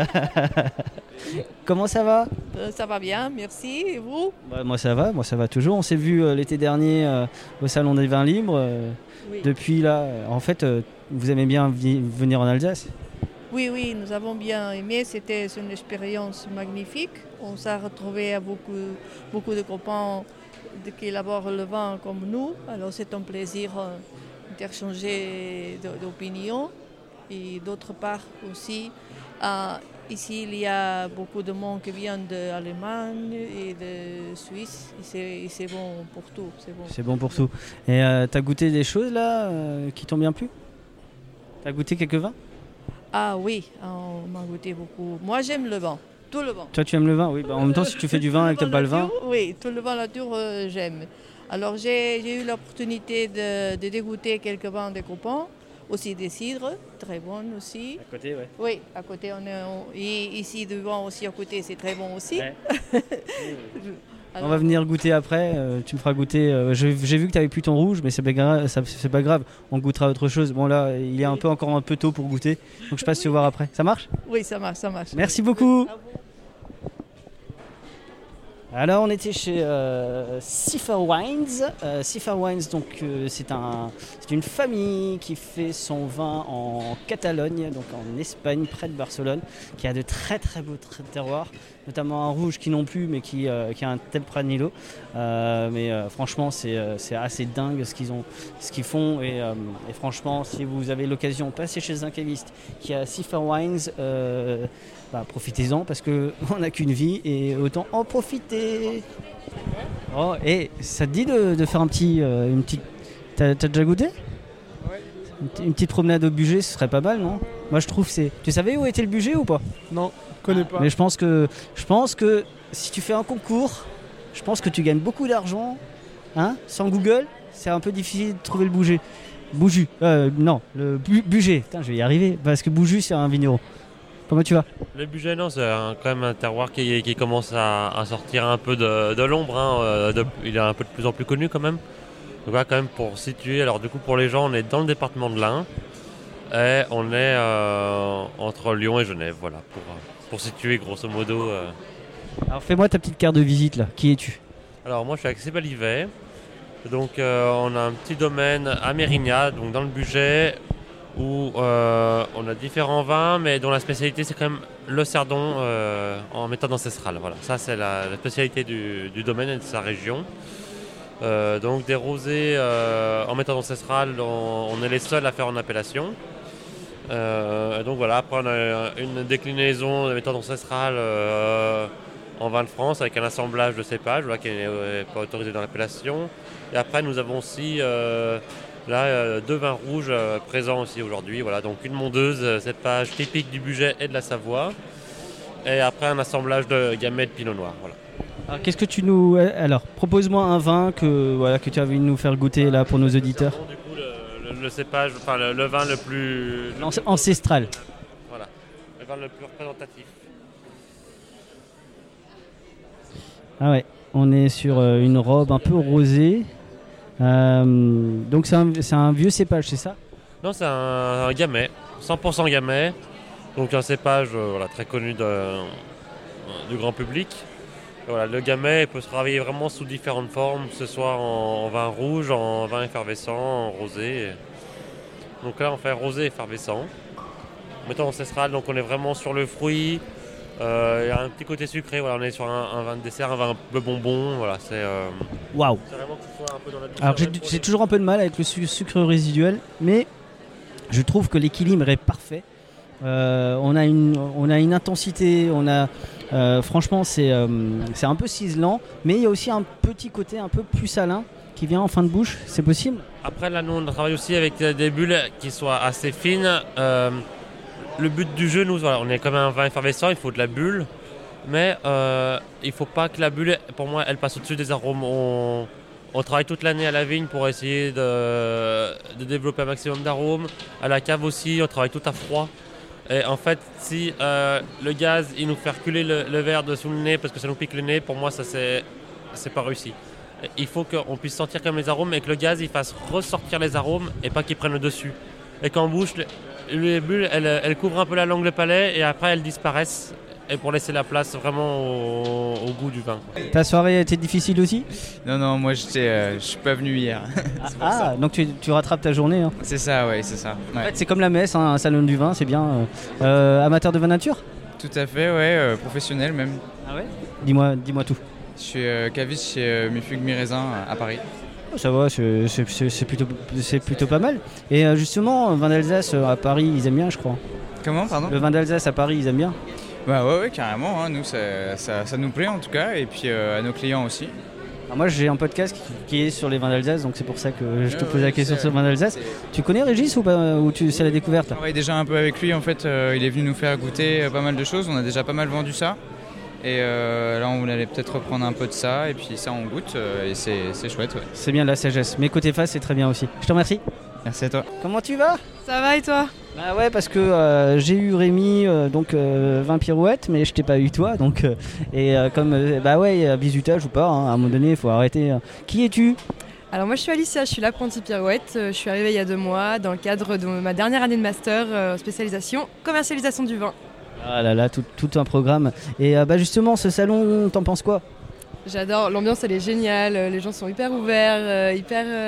Comment ça va? Ça va bien, merci. Et vous? Moi ça va toujours. On s'est vu l'été dernier au Salon des Vins Libres. Oui. Depuis là, en fait, vous aimez bien venir en Alsace? Oui, nous avons bien aimé. C'était une expérience magnifique. On s'est retrouvés à beaucoup de copains qui élaborent le vin comme nous. Alors c'est un plaisir d'interchanger d'opinions. Et d'autre part aussi, ici il y a beaucoup de monde qui vient d'Allemagne et de Suisse. Et c'est bon pour tout. C'est bon pour tout. Et t'as goûté des choses là qui t'ont bien plu? T'as goûté quelques vins? Ah oui, on m'a goûté beaucoup. Moi j'aime le vin, tout le vin. Toi tu aimes le vin, oui. En même temps si tu fais du vin et que t'aimes pas le vin... Oui, tout le vin nature j'aime. Alors j'ai eu l'opportunité de dégoûter quelques vins des copains, aussi des cidres, très bonnes aussi. À côté, ouais. Oui, à côté et ici devant aussi à côté c'est très bon aussi. Ouais. Alors, on va venir goûter après, tu me feras goûter. J'ai vu que tu avais plus ton rouge, mais c'est pas grave, on goûtera autre chose. Bon là, il est encore un peu tôt pour goûter, donc je passe te voir après. Ça marche? Oui, ça marche. Merci beaucoup. Alors on était chez Cipher Wines. Cipher Wines, donc c'est une famille qui fait son vin en Catalogne, donc en Espagne, près de Barcelone, qui a de très très beaux terroirs, notamment un rouge qui non plus, mais qui a un Tempranillo. Mais franchement, c'est assez dingue ce qu'ils font. Et franchement, si vous avez l'occasion de passer chez un caviste qui a Cipher Wines, profitez-en parce qu'on n'a qu'une vie et autant en profiter. Oh, et ça te dit de faire une petite... T'as déjà goûté? Ouais. Une petite promenade au budget, ce serait pas mal, non? Moi je trouve c'est. Tu savais où était le budget ou pas? Non, je connais pas. Mais je pense que si tu fais un concours, je pense que tu gagnes beaucoup d'argent. Hein, sans Google, c'est un peu difficile de trouver le budget. Non, le budget. Putain, je vais y arriver parce que Bouju c'est un vigneron. Comment tu vas? Le budget, non, c'est quand même un terroir qui commence à sortir un peu de l'ombre. Hein, il est un peu de plus en plus connu quand même. Donc là, quand même, pour situer, alors du coup, pour les gens, on est dans le département de l'Ain et on est entre Lyon et Genève, voilà, pour situer grosso modo. Alors fais-moi ta petite carte de visite là. Qui es-tu? Alors moi, je suis avec Sébalivet. Donc on a un petit domaine à Mérignac, donc dans le budget, où on a différents vins, mais dont la spécialité c'est quand même le cerdon en méthode ancestrale. Voilà. Ça c'est la spécialité du domaine et de sa région. Donc des rosés en méthode ancestrale, on est les seuls à faire en appellation. Donc voilà, après on a une déclinaison de méthode ancestrale en vin de France avec un assemblage de cépages qui n'est pas autorisé dans l'appellation. Et après nous avons aussi deux vins rouges présents aussi aujourd'hui. Voilà, donc une mondeuse, cépage typique du budget et de la Savoie. Et après un assemblage de gamay de pinot noir. Voilà. Alors, qu'est-ce que tu nous... Alors, propose-moi un vin que tu as envie de nous faire goûter là pour nos auditeurs. Du coup, le cépage, enfin le vin le plus... Ancestral. Voilà, le vin le plus représentatif. Ah ouais, on est sur une robe un peu rosée. Donc c'est un vieux cépage, c'est ça? Non, c'est un gamay, 100% gamay. Donc un cépage très connu du grand public. Voilà, le gamay peut se travailler vraiment sous différentes formes, que ce soit en vin rouge, en vin effervescent, en rosé. Donc là on fait rosé effervescent. Méthode ancestrale, donc on est vraiment sur le fruit. Il y a un petit côté sucré, voilà, on est sur un vin de dessert, un vin un peu bonbon, voilà, c'est... Waouh. C'est vraiment que ce soit un peu dans la douceur. Alors j'ai toujours un peu de mal avec le sucre résiduel, mais je trouve que l'équilibre est parfait. On a une intensité, franchement c'est un peu ciselant, mais il y a aussi un petit côté un peu plus salin qui vient en fin de bouche, c'est possible? Après là nous on travaille aussi avec des bulles qui soient assez fines. Le but du jeu, nous, voilà, on est comme un vin effervescent, il faut de la bulle, mais il ne faut pas que la bulle, pour moi, elle passe au-dessus des arômes. On travaille toute l'année à la vigne pour essayer de développer un maximum d'arômes. À la cave aussi, on travaille tout à froid. Et en fait, si le gaz, il nous fait reculer le verre dessous le nez parce que ça nous pique le nez, pour moi, ça c'est pas réussi. Il faut qu'on puisse sentir comme les arômes et que le gaz, il fasse ressortir les arômes et pas qu'ils prennent le dessus. Et qu'en bouche, les bulles, elles couvrent un peu la langue, le palais et après elles disparaissent et pour laisser la place vraiment au goût du vin. Ta soirée a été difficile aussi? Non, moi je suis pas venu hier. Donc tu rattrapes ta journée hein. C'est ça, ouais, c'est ça. Ouais. En fait, c'est comme la messe, hein, un salon du vin, c'est bien. Amateur de vin nature? Tout à fait, ouais, professionnel même. Ah ouais? Dis-moi tout. Je suis caviste chez Mifug Mi-Raisin à Paris. Ça va, c'est plutôt pas mal. Et justement, le vin d'Alsace à Paris, ils aiment bien, je crois. Comment, pardon? Le vin d'Alsace à Paris, ils aiment bien. Bah ouais, carrément, hein. Nous ça nous plaît en tout cas, et puis à nos clients aussi. Alors moi j'ai un podcast qui est sur les vins d'Alsace, donc c'est pour ça que je te pose la question sur le vin d'Alsace. Tu connais Régis ou pas, ou c'est la découverte? On travaille déjà un peu avec lui, en fait, il est venu nous faire goûter pas mal de choses, on a déjà pas mal vendu ça. Et là on allait peut-être reprendre un peu de ça, et puis ça on goûte, et c'est chouette. Ouais. C'est bien la sagesse, mais côté face c'est très bien aussi. Je te remercie. Merci à toi. Comment tu vas? Ça va et toi? Bah ouais, parce que j'ai eu Rémi, 20 pirouettes, mais je t'ai pas eu toi, donc bah ouais, bisutage ou pas, hein, à un moment donné il faut arrêter. Qui es-tu? Alors moi je suis Alicia, je suis l'apprentie pirouette, je suis arrivée il y a 2 mois dans le cadre de ma dernière année de master, spécialisation commercialisation du vin. Ah là là, tout un programme. Et bah justement, ce salon, t'en penses quoi? J'adore, l'ambiance elle est géniale, les gens sont hyper ouverts,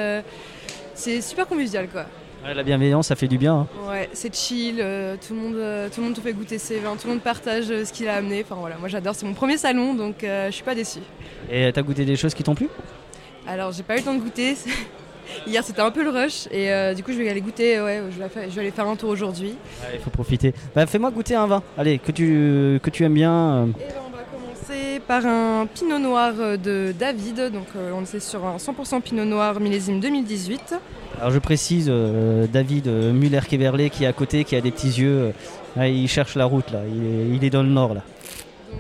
c'est super convivial quoi. Ouais, la bienveillance, ça fait du bien. Hein. Ouais, c'est chill, tout le monde te fait goûter ses vins, tout le monde partage ce qu'il a amené. Enfin voilà, moi j'adore, c'est mon premier salon donc je suis pas déçue. Et t'as goûté des choses qui t'ont plu? Alors j'ai pas eu le temps de goûter, hier c'était un peu le rush et du coup je vais aller goûter, ouais, je vais aller faire un tour aujourd'hui. Ouais, il faut profiter. Bah fais-moi goûter un vin, allez, que tu aimes bien. Et ben, on va commencer prépare un pinot noir de David, donc on est sur un 100% pinot noir millésime 2018. Alors je précise, David Müller-Keverlé qui est à côté, qui a des petits yeux, il cherche la route là, il est dans le nord là. Donc,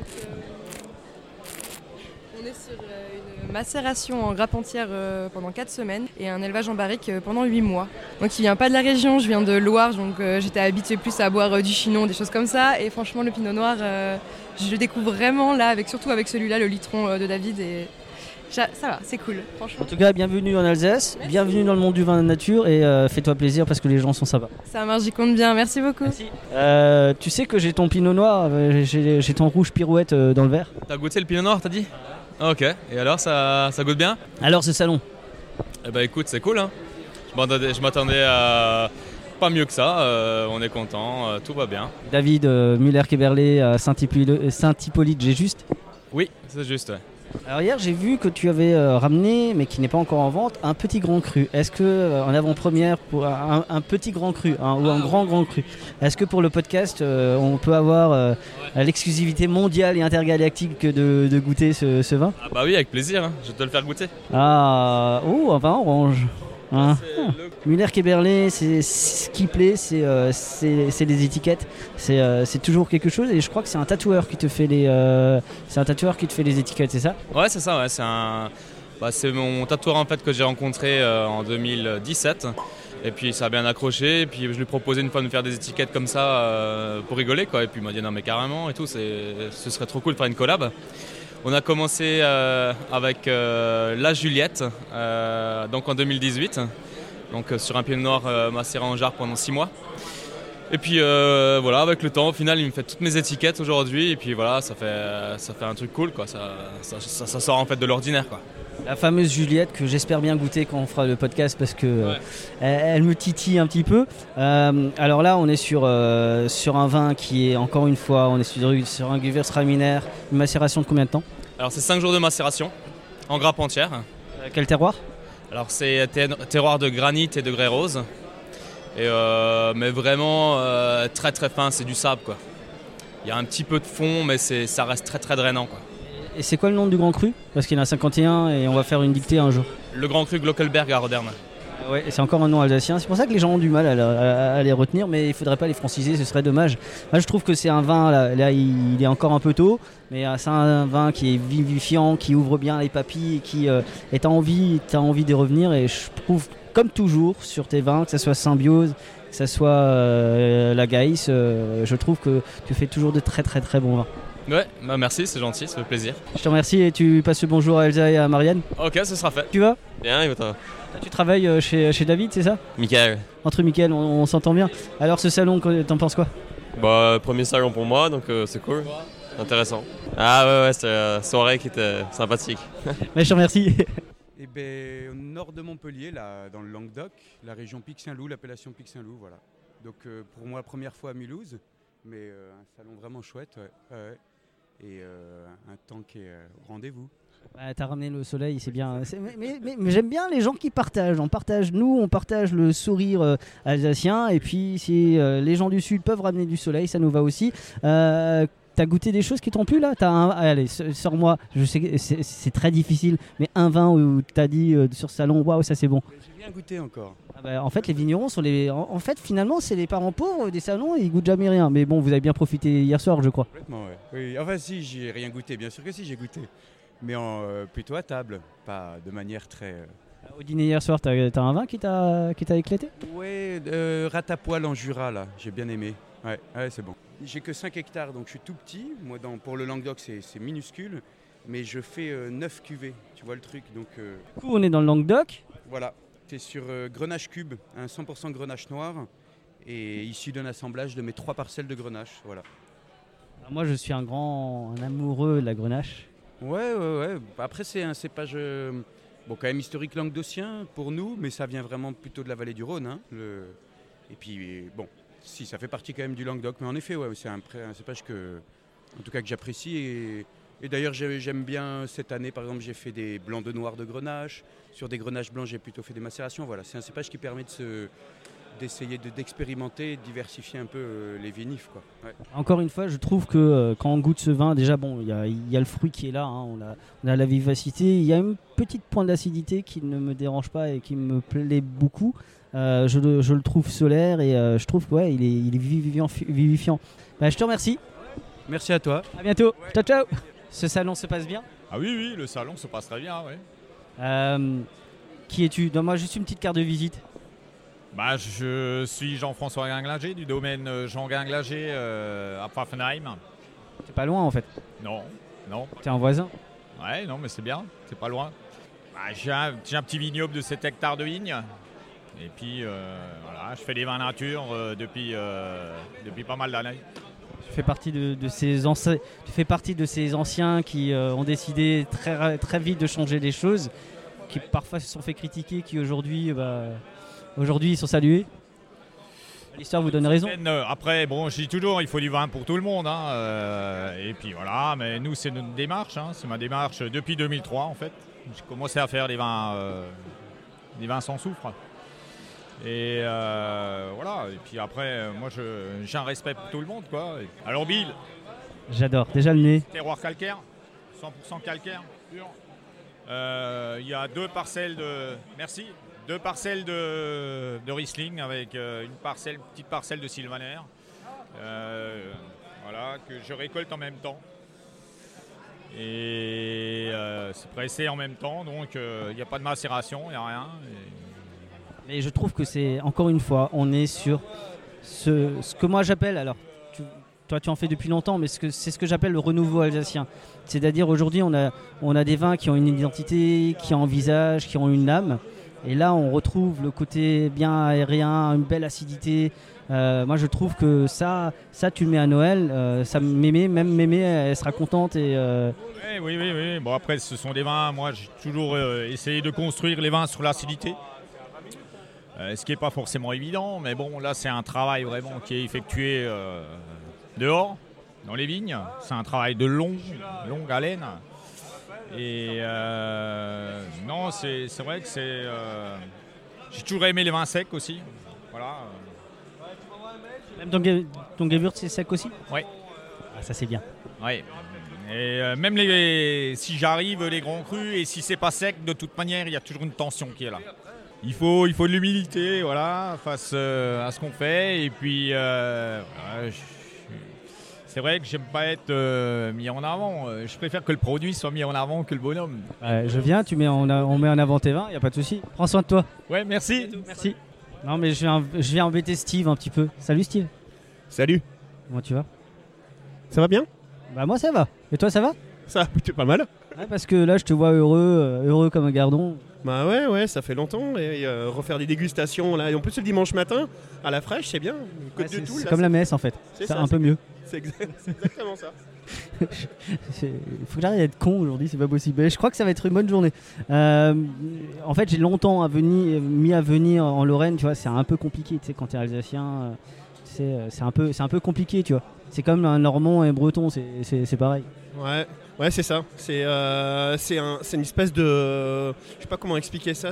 on est sur une macération en grappe entière pendant 4 semaines et un élevage en barrique pendant 8 mois. Donc il vient pas de la région, je viens de Loire, donc j'étais habituée plus à boire du chinon, des choses comme ça. Et franchement le pinot noir, je le découvre vraiment là, surtout avec celui-là, le litron de David. Et ça va, c'est cool, franchement. En tout cas, bienvenue en Alsace, Merci. bienvenue dans le monde du vin de nature et fais-toi plaisir parce que les gens sont sympas. Ça marche, j'y compte bien, merci beaucoup. Merci. Tu sais que j'ai ton pinot noir, j'ai ton rouge pirouette dans le verre. T'as goûté le pinot noir, t'as dit? Ok, et alors ça goûte bien? Alors ce salon? Eh ben écoute, c'est cool, hein. Je m'attendais à pas mieux que ça, on est content, tout va bien. David Müller-Keverlé à Saint-Hippolyte, j'ai juste? Oui, c'est juste, ouais. Alors hier j'ai vu que tu avais ramené, mais qui n'est pas encore en vente, un petit grand cru. Est-ce que en avant-première pour un petit grand cru ou un grand cru, est-ce que pour le podcast on peut avoir l'exclusivité mondiale et intergalactique de goûter ce vin? Ah bah oui, avec plaisir, hein. Je vais te le faire goûter. Ah, oh, un vin orange. Hein. Müller-Keverlé, c'est ce qui plaît, c'est les étiquettes, c'est toujours quelque chose. Et je crois que c'est un tatoueur qui te fait les étiquettes, c'est ça? Ouais, c'est ça, ouais. C'est mon tatoueur en fait que j'ai rencontré en 2017. Et puis ça a bien accroché. Et puis je lui ai proposé une fois de me faire des étiquettes comme ça pour rigoler, quoi. Et puis il m'a dit non mais carrément et tout, ce serait trop cool de faire une collab. On a commencé avec la Juliette, donc en 2018, donc sur un pinot noir macéré en jarre pendant 6 mois. Et puis voilà, avec le temps, au final, il me fait toutes mes étiquettes aujourd'hui. Et puis voilà, ça fait un truc cool, quoi. Ça sort en fait de l'ordinaire, quoi. La fameuse Juliette que j'espère bien goûter quand on fera le podcast parce que elle me titille un petit peu. Alors là, on est sur un vin qui est, encore une fois, on est sur un Gewürztraminer, une macération de combien de temps? Alors c'est 5 jours de macération en grappe entière. Quel terroir? Alors c'est terroir de granit et de grès rose. Mais vraiment très très fin, c'est du sable, quoi. Il y a un petit peu de fond, mais ça reste très très drainant, quoi. Et c'est quoi le nom du grand cru? Parce qu'il y en a 51 et on va faire une dictée un jour. Le grand cru Glockelberg à Roderne. Ouais, c'est encore un nom alsacien. C'est pour ça que les gens ont du mal à les retenir, mais il ne faudrait pas les franciser, ce serait dommage. Moi, je trouve que c'est un vin, là il est encore un peu tôt, mais c'est un vin qui est vivifiant, qui ouvre bien les papilles, qui t'as envie d'y revenir. Et je trouve, comme toujours, sur tes vins, que ce soit Symbiose, que ce soit la Gaïs, je trouve que tu fais toujours de très très très bons vins. Ouais, bah merci, c'est gentil, ça fait plaisir. Je te remercie et tu passes le bonjour à Elsa et à Marianne. Ok, ce sera fait. Tu vas? Bien, et toi? Tu travailles chez David, c'est ça? Michael. Entre Michael, on s'entend bien. Alors ce salon, t'en penses quoi? Bah, premier salon pour moi, donc c'est cool. Intéressant. Ah ouais, c'était une soirée qui était sympathique. Mais je te remercie. Eh ben, au nord de Montpellier, là, dans le Languedoc, la région Pic-Saint-Loup, l'appellation Pic-Saint-Loup, voilà. Donc pour moi, première fois à Mulhouse, mais un salon vraiment chouette, ouais. Et un temps qui est au rendez-vous. Bah, t'as ramené le soleil, c'est bien. Mais j'aime bien les gens qui partagent. On partage le sourire alsacien. Et puis si les gens du Sud peuvent ramener du soleil, ça nous va aussi. T'as goûté des choses qui t'ont plu là? Allez, sors-moi. Je sais que c'est très difficile, mais un vin où t'as dit sur salon, waouh, ça c'est bon. J'ai rien goûté encore. En fait, les vignerons sont En fait, finalement, c'est les parents pauvres des salons, ils goûtent jamais rien. Mais bon, vous avez bien profité hier soir, je crois. Complètement, ouais. Oui, enfin, si, j'ai rien goûté. Bien sûr que si, j'ai goûté. Mais plutôt à table, pas de manière très. Au dîner hier soir, t'as un vin qui t'a éclaté? Ouais, ratapoil en Jura, là. J'ai bien aimé. Ouais, c'est bon. J'ai que 5 hectares, donc je suis tout petit. Moi, pour le Languedoc, c'est minuscule. Mais je fais 9 cuvées, tu vois le truc. Donc, Du coup, on est dans le Languedoc. Voilà. C'est sur Grenache Cube, un 100% Grenache noir, et issu d'un assemblage de mes 3 parcelles de Grenache. Voilà. Alors moi, je suis un amoureux de la Grenache. Ouais. Après, c'est un cépage quand même historique languedocien pour nous, mais ça vient vraiment plutôt de la vallée du Rhône. Hein, Et puis, bon, si, ça fait partie quand même du Languedoc, mais en effet, ouais, c'est un cépage que j'apprécie. Et d'ailleurs, j'aime bien cette année, par exemple, j'ai fait des blancs de noir de Grenache. Sur des Grenaches blancs, j'ai plutôt fait des macérations. Voilà, c'est un cépage qui permet d'essayer d'expérimenter, de diversifier un peu les vinifs, quoi. Ouais. Encore une fois, je trouve que quand on goûte ce vin, déjà, bon, il y a le fruit qui est là, hein, on a la vivacité, il y a une petite pointe d'acidité qui ne me dérange pas et qui me plaît beaucoup. Je le trouve solaire et je trouve qu'il il est vivifiant. Bah, je te remercie. Merci à toi. À bientôt. Ciao, ciao. Ce salon se passe bien? Ah oui, le salon se passe très bien, oui. Qui es-tu? Donne-moi juste une petite carte de visite. Bah, je suis Jean-François Guinglager du domaine Jean Guinglager à Pfaffenheim. T'es pas loin en fait. Non. T'es un voisin. Ouais, non, mais c'est bien, c'est pas loin. Bah, j'ai un petit vignoble de 7 hectares de vignes. Et puis voilà, je fais des vins nature depuis pas mal d'années. Tu fais partie de ces anciens qui ont décidé très vite de changer les choses, qui parfois se sont fait critiquer, qui aujourd'hui ils sont salués. L'histoire vous donne raison. Après, bon, je dis toujours, il faut du vin pour tout le monde. Hein, et puis voilà, mais nous, c'est notre démarche. Hein, c'est ma démarche depuis 2003, en fait. J'ai commencé à faire des vins sans soufre. Et voilà. Et puis après, moi, j'ai un respect pour tout le monde, quoi. Alors, Bill. J'adore. Déjà le nez. Terroir calcaire, 100% calcaire, pur. Il y a deux parcelles de Riesling avec une petite parcelle de Sylvaner, voilà, que je récolte en même temps. Et c'est pressé en même temps, donc il n'y a pas de macération, il n'y a rien. Mais je trouve que c'est, encore une fois, on est sur ce que moi j'appelle, alors toi tu en fais depuis longtemps, mais c'est ce que j'appelle le renouveau alsacien. C'est-à-dire aujourd'hui on a des vins qui ont une identité, qui ont un visage, qui ont une âme. Et là on retrouve le côté bien aérien, une belle acidité. Moi je trouve que ça tu le mets à Noël, ça même Mémé elle sera contente. Oui. Bon après ce sont des vins, moi j'ai toujours essayé de construire les vins sur l'acidité. Ce qui n'est pas forcément évident, mais bon là c'est un travail vraiment qui est effectué dehors, dans les vignes. C'est un travail de longue haleine. Et non, c'est vrai que c'est... j'ai toujours aimé les vins secs aussi. Voilà. Même ton Gewürz c'est sec aussi? Oui. Ah, ça c'est bien. Oui. Et même si j'arrive les grands crus, et si c'est pas sec, de toute manière, il y a toujours une tension qui est là. Il faut de l'humilité, voilà, face à ce qu'on fait. Et puis, c'est vrai que j'aime pas être mis en avant. Je préfère que le produit soit mis en avant que le bonhomme. Je viens, on met en avant tes vins, il n'y a pas de souci. Prends soin de toi. Ouais, merci. Merci. Non, mais je viens embêter Steve un petit peu. Salut Steve. Salut. Comment tu vas? Ça va bien? Bah moi ça va. Et toi ça va? Ça va plutôt pas mal. Ouais, parce que là je te vois heureux comme un gardon. Bah ouais, ça fait longtemps. Et refaire des dégustations là, et en plus le dimanche matin à la fraîche, c'est bien. C'est comme la messe en fait. C'est un peu mieux. C'est exactement ça. Il faut que j'arrête d'être con aujourd'hui, c'est pas possible. Mais je crois que ça va être une bonne journée. En fait, j'ai longtemps mis à venir en Lorraine, tu vois, c'est un peu compliqué, tu sais, quand t'es alsacien, c'est un peu compliqué, tu vois. C'est comme un normand et un breton, c'est pareil. Ouais, c'est ça. C'est une espèce de... Je sais pas comment expliquer ça,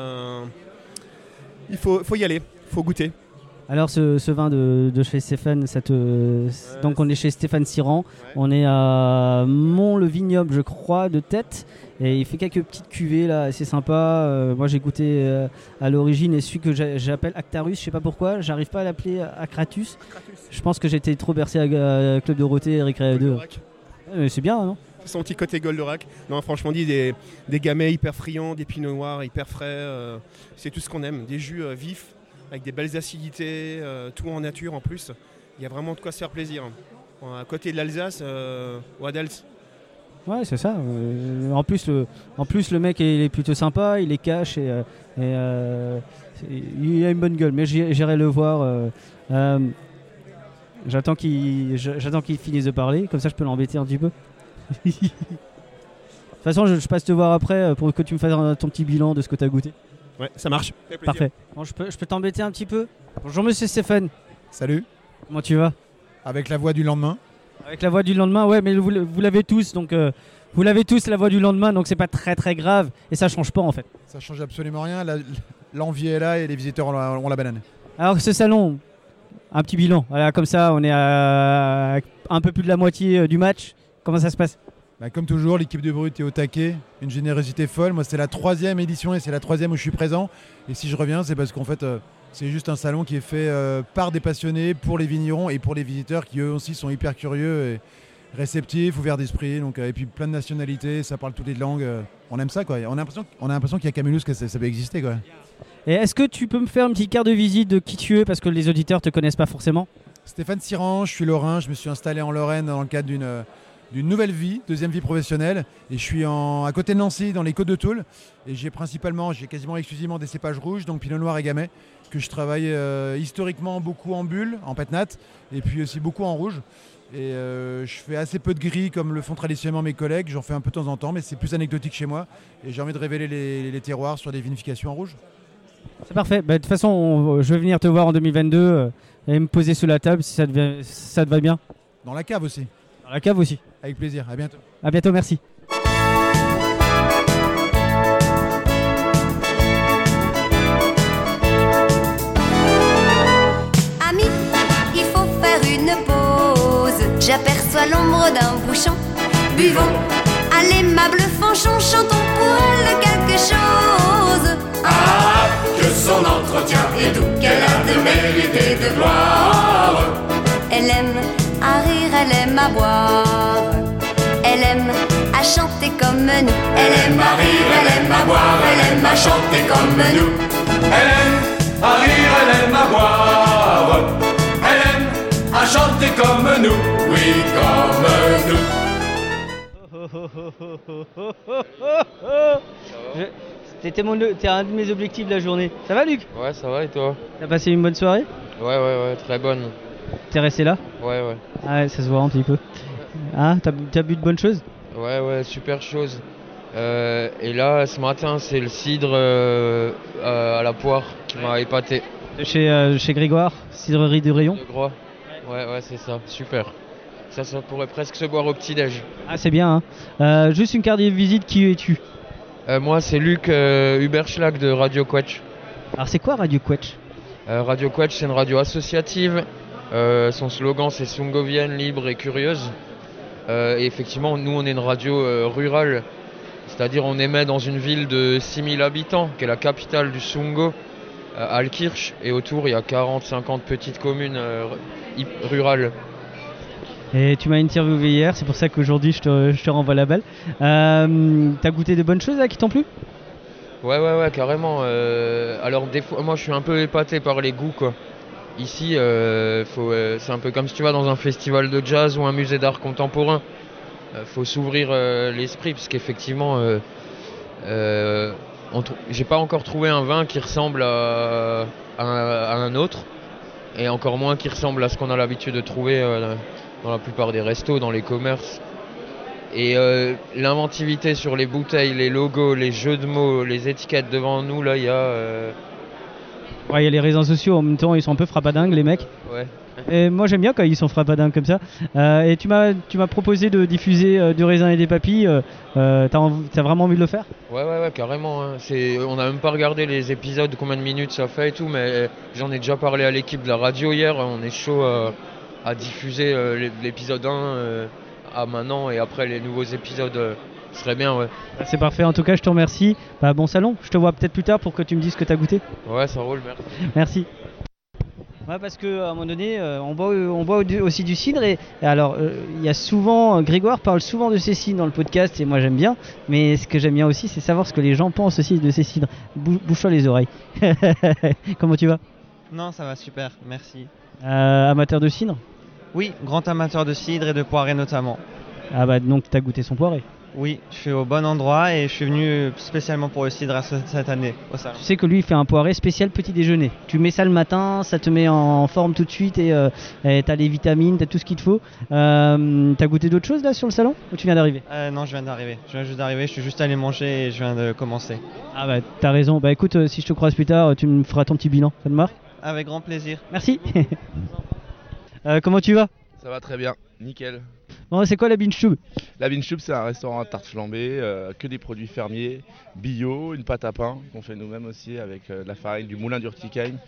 il faut y aller, il faut goûter. Alors ce vin de chez Stéphane, donc on est chez Stéphane Siran, ouais. On est à Mont-le-Vignoble je crois de tête, et il fait quelques petites cuvées là assez sympa. Moi j'ai goûté à l'origine, et celui que j'appelle Actarus, je sais pas pourquoi, j'arrive pas à l'appeler Acratus. Je pense que j'étais trop bercé à Club Dorothée et Récré 2. Mais c'est bien, non? C'est son petit côté Goldorak. Non, franchement dit, des gamets hyper friands, des pinots noirs hyper frais, c'est tout ce qu'on aime, des jus vifs avec des belles acidités, tout en nature en plus. Il y a vraiment de quoi se faire plaisir. À côté de l'Alsace, ou à Dels. Ouais, c'est ça. En plus, le mec il est plutôt sympa, il est cash et il a une bonne gueule. Mais j'irai le voir. J'attends qu'il finisse de parler, comme ça je peux l'embêter un petit peu. De toute façon, je passe te voir après pour que tu me fasses ton petit bilan de ce que tu as goûté. Ouais, ça marche. Parfait. Bon, je peux t'embêter un petit peu. Bonjour monsieur Stéphane. Salut. Comment tu vas? Avec la voix du lendemain. Avec la voix du lendemain, ouais, mais vous l'avez tous, donc vous l'avez tous la voix du lendemain, donc c'est pas très très grave et ça change pas en fait. Ça change absolument rien. L'envie est là et les visiteurs ont la banane. Alors ce salon, un petit bilan. Voilà, comme ça, on est à un peu plus de la moitié du match. Comment ça se passe ? Comme toujours, l'équipe de Brut est au taquet, une générosité folle. Moi, c'est la 3e édition et c'est la 3e où je suis présent. Et si je reviens, c'est parce qu'en fait, c'est juste un salon qui est fait par des passionnés, pour les vignerons et pour les visiteurs qui eux aussi sont hyper curieux et réceptifs, ouverts d'esprit. Donc, et puis plein de nationalités, ça parle toutes les langues. On aime ça, quoi. On a l'impression qu'il y a qu'à Mulhouse que ça peut exister, quoi. Et est-ce que tu peux me faire une petite carte de visite de qui tu es, parce que les auditeurs te connaissent pas forcément ? Stéphane Siran, je suis lorrain, je me suis installé en Lorraine dans le cadre d'une nouvelle vie, deuxième vie professionnelle, et je suis à côté de Nancy, dans les Côtes de Toul, et j'ai quasiment exclusivement des cépages rouges, donc Pinot Noir et Gamay, que je travaille historiquement beaucoup en bulle, en pétnat, et puis aussi beaucoup en rouge. Et je fais assez peu de gris comme le font traditionnellement mes collègues, j'en fais un peu de temps en temps, mais c'est plus anecdotique chez moi, et j'ai envie de révéler les terroirs sur des vinifications en rouge. C'est parfait. De toute façon, je vais venir te voir en 2022 et me poser sous la table si ça te va bien. Dans la cave aussi. Dans la cave aussi. Avec plaisir. À bientôt. À bientôt, merci. Amis, il faut faire une pause. J'aperçois l'ombre d'un bouchon. Buvons à l'aimable Fanchon, chantons pour elle quelque chose. Ah, que son entretien est doux, qu'elle a de mérite et de gloire. Elle aime à rire, elle aime à boire. Elle aime à chanter comme nous. Elle aime à rire, elle aime à boire, elle aime à chanter comme nous. Elle aime à rire, elle aime à boire. Elle aime à chanter comme nous, oui, comme nous. T'es un de mes objectifs de la journée. Ça va, Luc ? Ouais, ça va, et toi ? T'as passé une bonne soirée ? Ouais, très bonne. T'es resté là ? Ouais. Ah ouais, ça se voit un petit peu. Ah, t'as bu de bonnes choses ? Ouais, super chose. Et là, ce matin, c'est le cidre à la poire qui m'a épaté. De chez Grégoire, cidrerie de Rayon ? De Groix. Ouais, c'est ça, super. Ça pourrait presque se boire au petit-déj. Ah, c'est bien, hein. Juste une carte de visite, qui es-tu ? Moi, c'est Luc Huberschlag de Radio Quetch. Alors, c'est quoi Radio Quetch ? Radio Quetch, c'est une radio associative. Son slogan, c'est Sungovienne, libre et curieuse. Et effectivement, nous, on est une radio rurale. C'est-à-dire, on émet dans une ville de 6000 habitants, qui est la capitale du Sungo, Alkirch. Et autour, il y a 40-50 petites communes rurales. Et tu m'as interviewé hier, c'est pour ça qu'aujourd'hui je te renvoie la balle. T'as goûté de bonnes choses là qui t'ont plu ? Ouais, carrément. Alors des fois, moi je suis un peu épaté par les goûts, quoi. Ici, c'est un peu comme si tu vas dans un festival de jazz ou un musée d'art contemporain. Faut s'ouvrir l'esprit, parce qu'effectivement, j'ai pas encore trouvé un vin qui ressemble à un autre, et encore moins qui ressemble à ce qu'on a l'habitude de trouver dans la plupart des restos, dans les commerces. Et l'inventivité sur les bouteilles, les logos, les jeux de mots, les étiquettes devant nous, là, il y a... Ouais, il y a les réseaux sociaux, en même temps, ils sont un peu frappadingues, les mecs. Ouais. Et moi, j'aime bien quand ils sont frappadingues comme ça. Et tu m'as proposé de diffuser du raisin et des papilles. T'as vraiment envie de le faire ? Ouais, carrément. Hein. On n'a même pas regardé les épisodes, combien de minutes ça fait et tout, mais j'en ai déjà parlé à l'équipe de la radio hier. On est chaud à diffuser l'épisode 1 à maintenant, et après les nouveaux épisodes, ce serait bien, ouais. C'est parfait, en tout cas je te remercie. Bon salon, je te vois peut-être plus tard pour que tu me dises ce que tu as goûté. Ouais, ça roule, merci. Merci. Ouais, parce qu'à un moment donné, on boit aussi du cidre, et alors il y a souvent, Grégoire parle souvent de ses cidres dans le podcast, et moi j'aime bien, mais ce que j'aime bien aussi, c'est savoir ce que les gens pensent aussi de ces cidres. Bouche-toi les oreilles. Comment tu vas ? Non, ça va super, merci. Amateur de cidre ? Oui, grand amateur de cidre et de poirée notamment. Ah bah donc t'as goûté son poiré ? Oui, je suis au bon endroit et je suis venu spécialement pour le cidre cette année au salon. Tu sais que lui il fait un poiré spécial petit déjeuner. Tu mets ça le matin, ça te met en forme tout de suite, et t'as les vitamines, t'as tout ce qu'il te faut. T'as goûté d'autres choses là sur le salon, ou tu viens d'arriver ? Non, je viens d'arriver. Je suis juste allé manger et je viens de commencer. Ah bah t'as raison. Bah écoute, si je te croise plus tard, tu me feras ton petit bilan. Ça te marche ? Avec grand plaisir. Merci. Comment tu vas ? Ça va très bien, nickel. Bon, c'est quoi la Binstube ? La Binstube, c'est un restaurant à tarte flambée, que des produits fermiers, bio, une pâte à pain qu'on fait nous-mêmes aussi avec la farine du moulin d'Urticagne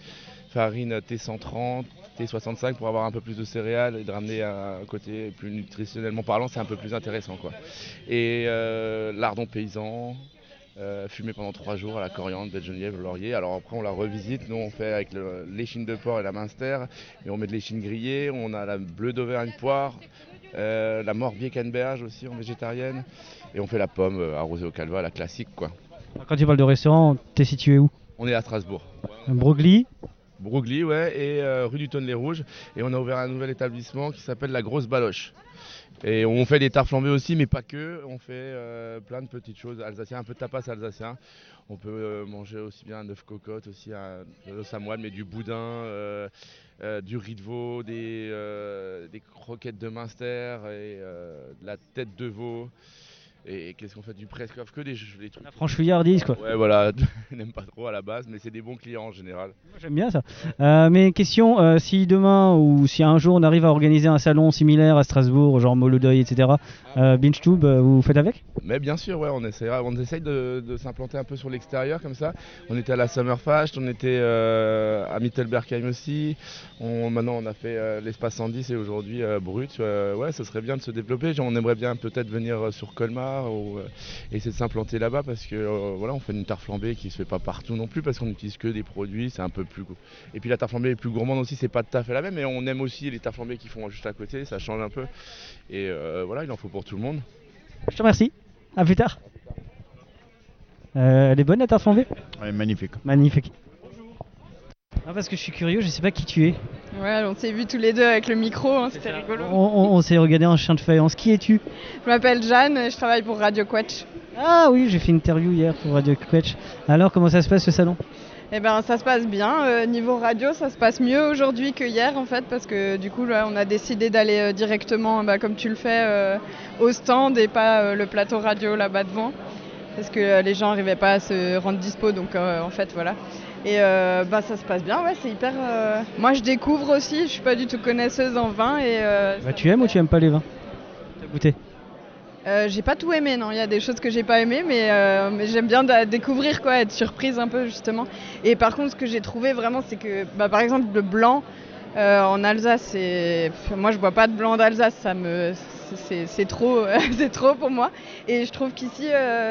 farine T130, T65 pour avoir un peu plus de céréales et de ramener un côté plus nutritionnellement parlant, c'est un peu plus intéressant, quoi. Et lardon paysan, fumé pendant 3 jours à la coriandre, baie de Genièvre, laurier. Alors après on la revisite, nous on fait avec l'échine de porc et la minster, et on met de l'échine grillée, on a la bleue d'Auvergne poire, la morbier canneberge aussi en végétarienne, et on fait la pomme arrosée au calva, la classique, quoi. Quand tu parles de restaurant, t'es situé où? On est à Strasbourg. Broglie. Broglie, ouais, et rue du Tonnelet-Rouge. Et on a ouvert un nouvel établissement qui s'appelle la Grosse Baloche. Et on fait des tartes flambées aussi, mais pas que. On fait plein de petites choses alsaciennes, un peu de tapas alsacien. On peut manger aussi bien un œuf cocotte, aussi un os à moelle, mais du boudin, du riz de veau, des croquettes de minster et de la tête de veau. Et qu'est-ce qu'on fait du presque-off, que des trucs. La franchouillardise, quoi. Ouais, voilà, je n'aime pas trop à la base, mais c'est des bons clients en général. J'aime bien ça. Mais question, si demain ou si un jour on arrive à organiser un salon similaire à Strasbourg, genre Molodeuil, etc., BingeTube, vous faites avec? Mais bien sûr, ouais, on essaye de s'implanter un peu sur l'extérieur comme ça. On était à la Summerfest, on était à Mittelbergheim aussi. Maintenant on a fait l'espace 110 et aujourd'hui Brut. Ouais, ça serait bien de se développer. On aimerait bien peut-être venir sur Colmar ou essayer de s'implanter là-bas parce que voilà, on fait une tarte flambée qui se fait pas partout non plus parce qu'on n'utilise que des produits, c'est un peu plus. Et puis la tarte flambée est plus gourmande aussi, c'est pas tout à fait la même, mais on aime aussi les tartes flambées qui font juste à côté, ça change un peu. Et voilà, il en faut pour tout le monde. Je te remercie. À plus tard. Elle est bonne la tarte flambée? Elle est magnifique. Magnifique. Ah, parce que je suis curieux, je sais pas qui tu es. Ouais, on s'est vus tous les deux avec le micro, hein, c'était rigolo. On s'est regardé en chien de faïence. Qui es-tu? Je m'appelle Jeanne et je travaille pour Radio Quetch. Ah oui, j'ai fait une interview hier pour Radio Quetch. Alors, comment ça se passe ce salon? Eh ben, ça se passe bien. Niveau radio, ça se passe mieux aujourd'hui que hier en fait, parce que du coup, là, on a décidé d'aller directement, comme tu le fais, au stand et pas le plateau radio là-bas devant, parce que les gens n'arrivaient pas à se rendre dispo, donc en fait, voilà. Et ça se passe bien, ouais, c'est hyper. Moi, je découvre aussi, je suis pas du tout connaisseuse en vin et. Tu aimes ou tu aimes pas les vins? T'as goûté? J'ai pas tout aimé, non. Il y a des choses que j'ai pas aimées, mais j'aime bien découvrir, quoi, être surprise un peu justement. Et par contre, ce que j'ai trouvé vraiment, c'est que, par exemple, le blanc en Alsace, moi je bois pas de blanc d'Alsace, c'est trop, c'est trop pour moi. Et je trouve qu'ici,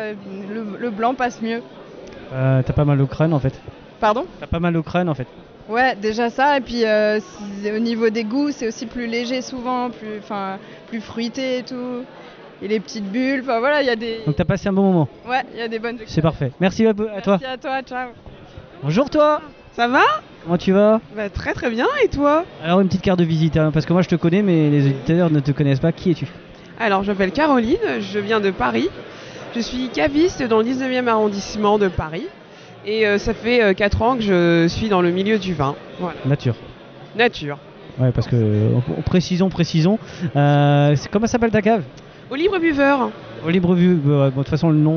le blanc passe mieux. T'as pas mal au crâne en fait. Pardon? T'as pas mal au crâne en fait. Ouais, déjà ça, et puis au niveau des goûts, c'est aussi plus léger souvent, plus fruité et tout. Et les petites bulles, enfin voilà, il y a des... Donc t'as passé un bon moment? Ouais, il y a des bonnes expériences. C'est parfait. Merci à toi. Merci à toi, ciao. Bonjour toi. Ça va? Comment tu vas? Très très bien, et toi? Alors une petite carte de visite, hein, parce que moi je te connais mais les auditeurs ne te connaissent pas. Qui es-tu? Alors je m'appelle Caroline, je viens de Paris. Je suis caviste dans le 19e arrondissement de Paris. Et ça fait 4 ans que je suis dans le milieu du vin. Voilà. Nature. Ouais, parce que précisons. Comment s'appelle ta cave? Au Libre Buveur. Au Libre Buveur. De toute façon, le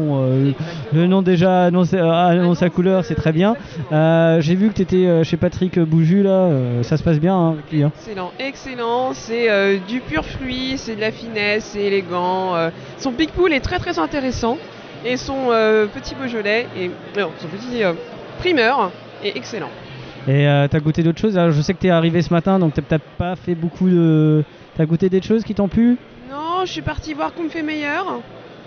nom déjà annonce sa couleur, c'est très bien. J'ai vu que tu étais chez Patrick Bouju, là. Ça se passe bien hein, avec lui. Hein. Excellent. C'est du pur fruit, c'est de la finesse, c'est élégant. Son Picpoul est très très intéressant. Et son petit Beaujolais, son petit primeur est excellent. Et t'as goûté d'autres choses? Alors, je sais que t'es arrivé ce matin, donc t'as pas fait beaucoup de... T'as goûté des choses qui t'ont plu? Non, je suis partie voir qu'on me fait meilleur.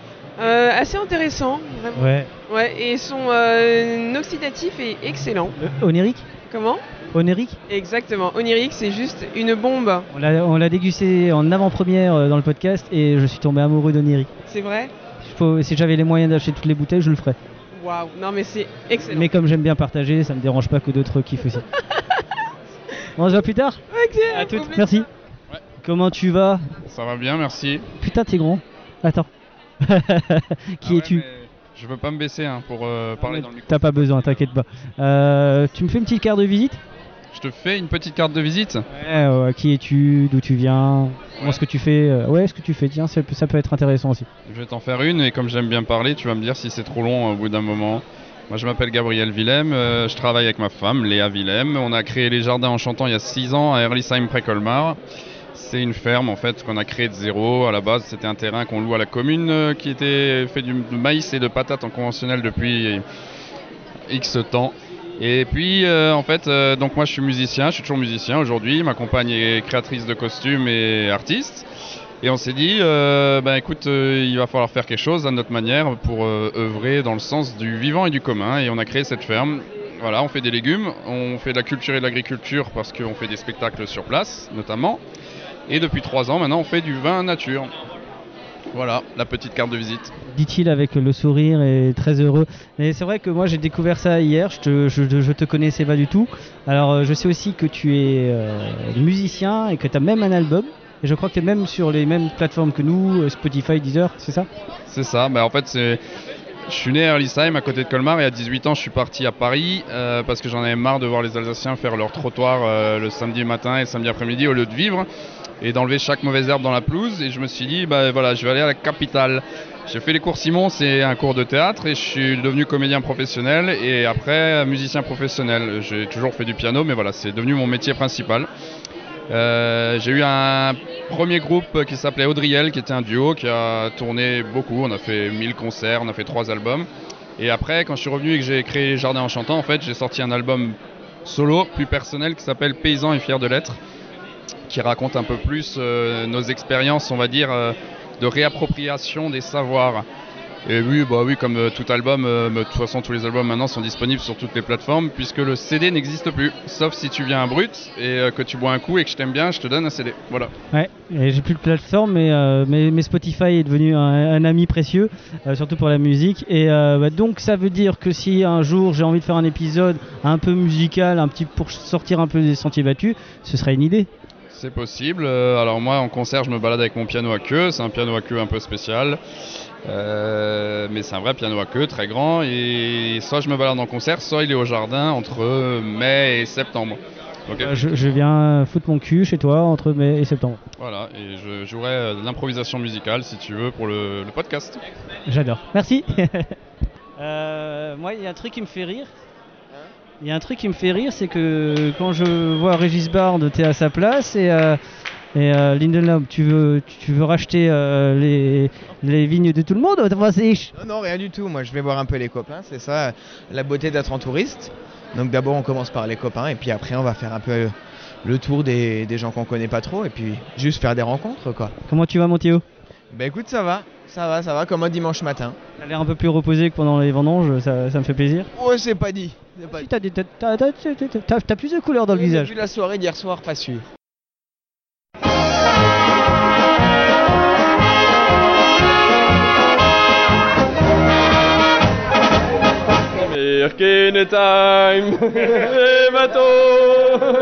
Assez intéressant, vraiment. Ouais, et son oxydatif est excellent. Onirique? Comment? Onirique? Exactement, Onirique c'est juste une bombe. On l'a dégusté en avant-première dans le podcast et je suis tombé amoureux d'Onirique. C'est vrai? Si j'avais les moyens d'acheter toutes les bouteilles, je le ferais. Waouh, non mais c'est excellent. Mais comme j'aime bien partager, ça me dérange pas que d'autres kiffent aussi. On se voit plus tard? Ok, à toutes, merci. Ouais. Comment tu vas? Ça va bien, merci. Putain, t'es grand. Attends. Qui es-tu? Je veux pas me baisser pour parler dans le micro. T'as pas besoin, t'inquiète pas. Tu me fais une petite carte de visite? Je te fais une petite carte de visite. Ouais, qui es-tu? D'où tu viens? Comment ce que tu fais? Ce que tu fais, tiens, ça peut être intéressant aussi. Je vais t'en faire une et comme j'aime bien parler, tu vas me dire si c'est trop long au bout d'un moment. Moi je m'appelle Gabriel Willem, je travaille avec ma femme Léa Willem. On a créé les Jardins Enchantants il y a 6 ans à Erlisheim près Colmar. C'est une ferme en fait qu'on a créée de zéro. À la base c'était un terrain qu'on loue à la commune qui était fait de maïs et de patates en conventionnel depuis X temps. Et puis en fait, donc moi je suis musicien, je suis toujours musicien aujourd'hui. Ma compagne est créatrice de costumes et artiste. Et on s'est dit, écoute, il va falloir faire quelque chose à notre manière pour œuvrer dans le sens du vivant et du commun. Et on a créé cette ferme. Voilà, on fait des légumes, on fait de la culture et de l'agriculture parce qu'on fait des spectacles sur place notamment. Et depuis 3 ans maintenant, on fait du vin nature. Voilà, la petite carte de visite. Dit-il avec le sourire et très heureux. Et c'est vrai que moi j'ai découvert ça hier, je te connaissais pas du tout. Alors je sais aussi que tu es musicien et que tu as même un album. Et je crois que tu es même sur les mêmes plateformes que nous, Spotify, Deezer, c'est ça? C'est ça, en fait je suis né à Erlisheim à côté de Colmar et à 18 ans je suis parti à Paris parce que j'en avais marre de voir les Alsaciens faire leur trottoir le samedi matin et le samedi après-midi au lieu de vivre et d'enlever chaque mauvaise herbe dans la pelouse. Et je me suis dit, voilà, je vais aller à la capitale. J'ai fait les cours Simon, c'est un cours de théâtre et je suis devenu comédien professionnel et après musicien professionnel. J'ai toujours fait du piano mais voilà, c'est devenu mon métier principal. J'ai eu un premier groupe qui s'appelait Audriel, qui était un duo qui a tourné beaucoup. On a fait 1000 concerts, on a fait 3 albums. Et après, quand je suis revenu et que j'ai créé Jardin en chantant, en fait, j'ai sorti un album solo, plus personnel, qui s'appelle Paysan et fier de l'être, qui raconte un peu plus nos expériences, on va dire, de réappropriation des savoirs. Et oui, comme tout album, de toute façon tous les albums maintenant sont disponibles sur toutes les plateformes puisque le CD n'existe plus. Sauf si tu viens à Brut et que tu bois un coup et que je t'aime bien, je te donne un CD. Voilà. Ouais, et j'ai plus de plateforme, mais Spotify est devenu un ami précieux, surtout pour la musique. Et donc ça veut dire que si un jour j'ai envie de faire un épisode un peu musical, un petit pour sortir un peu des sentiers battus, ce serait une idée. C'est possible. Alors moi en concert je me balade avec mon piano à queue, c'est un piano à queue un peu spécial. Mais c'est un vrai piano à queue très grand et soit je me balade en concert, soit il est au jardin entre mai et septembre. Donc, je viens foutre mon cul chez toi entre mai et septembre. Voilà, et je jouerai de l'improvisation musicale si tu veux pour le podcast. J'adore, merci. Moi il y a un truc qui me fait rire. Il y a un truc qui me fait rire, c'est que quand je vois Régis Bard, t'es à sa place et Lindenlaub, tu veux racheter les vignes de tout le monde? Non, rien du tout. Moi, je vais voir un peu les copains. C'est ça, la beauté d'être en touriste. Donc d'abord, on commence par les copains et puis après, on va faire un peu le tour des gens qu'on connaît pas trop et puis juste faire des rencontres, quoi. Comment tu vas, mon Théo? Écoute, ça va, comme un dimanche matin. T'as l'air un peu plus reposé que pendant les vendanges, ça me fait plaisir. Ouais, c'est pas dit. T'as plus de couleurs dans le visage. J'ai vu la soirée d'hier soir, pas sûr. Keine time, bateau,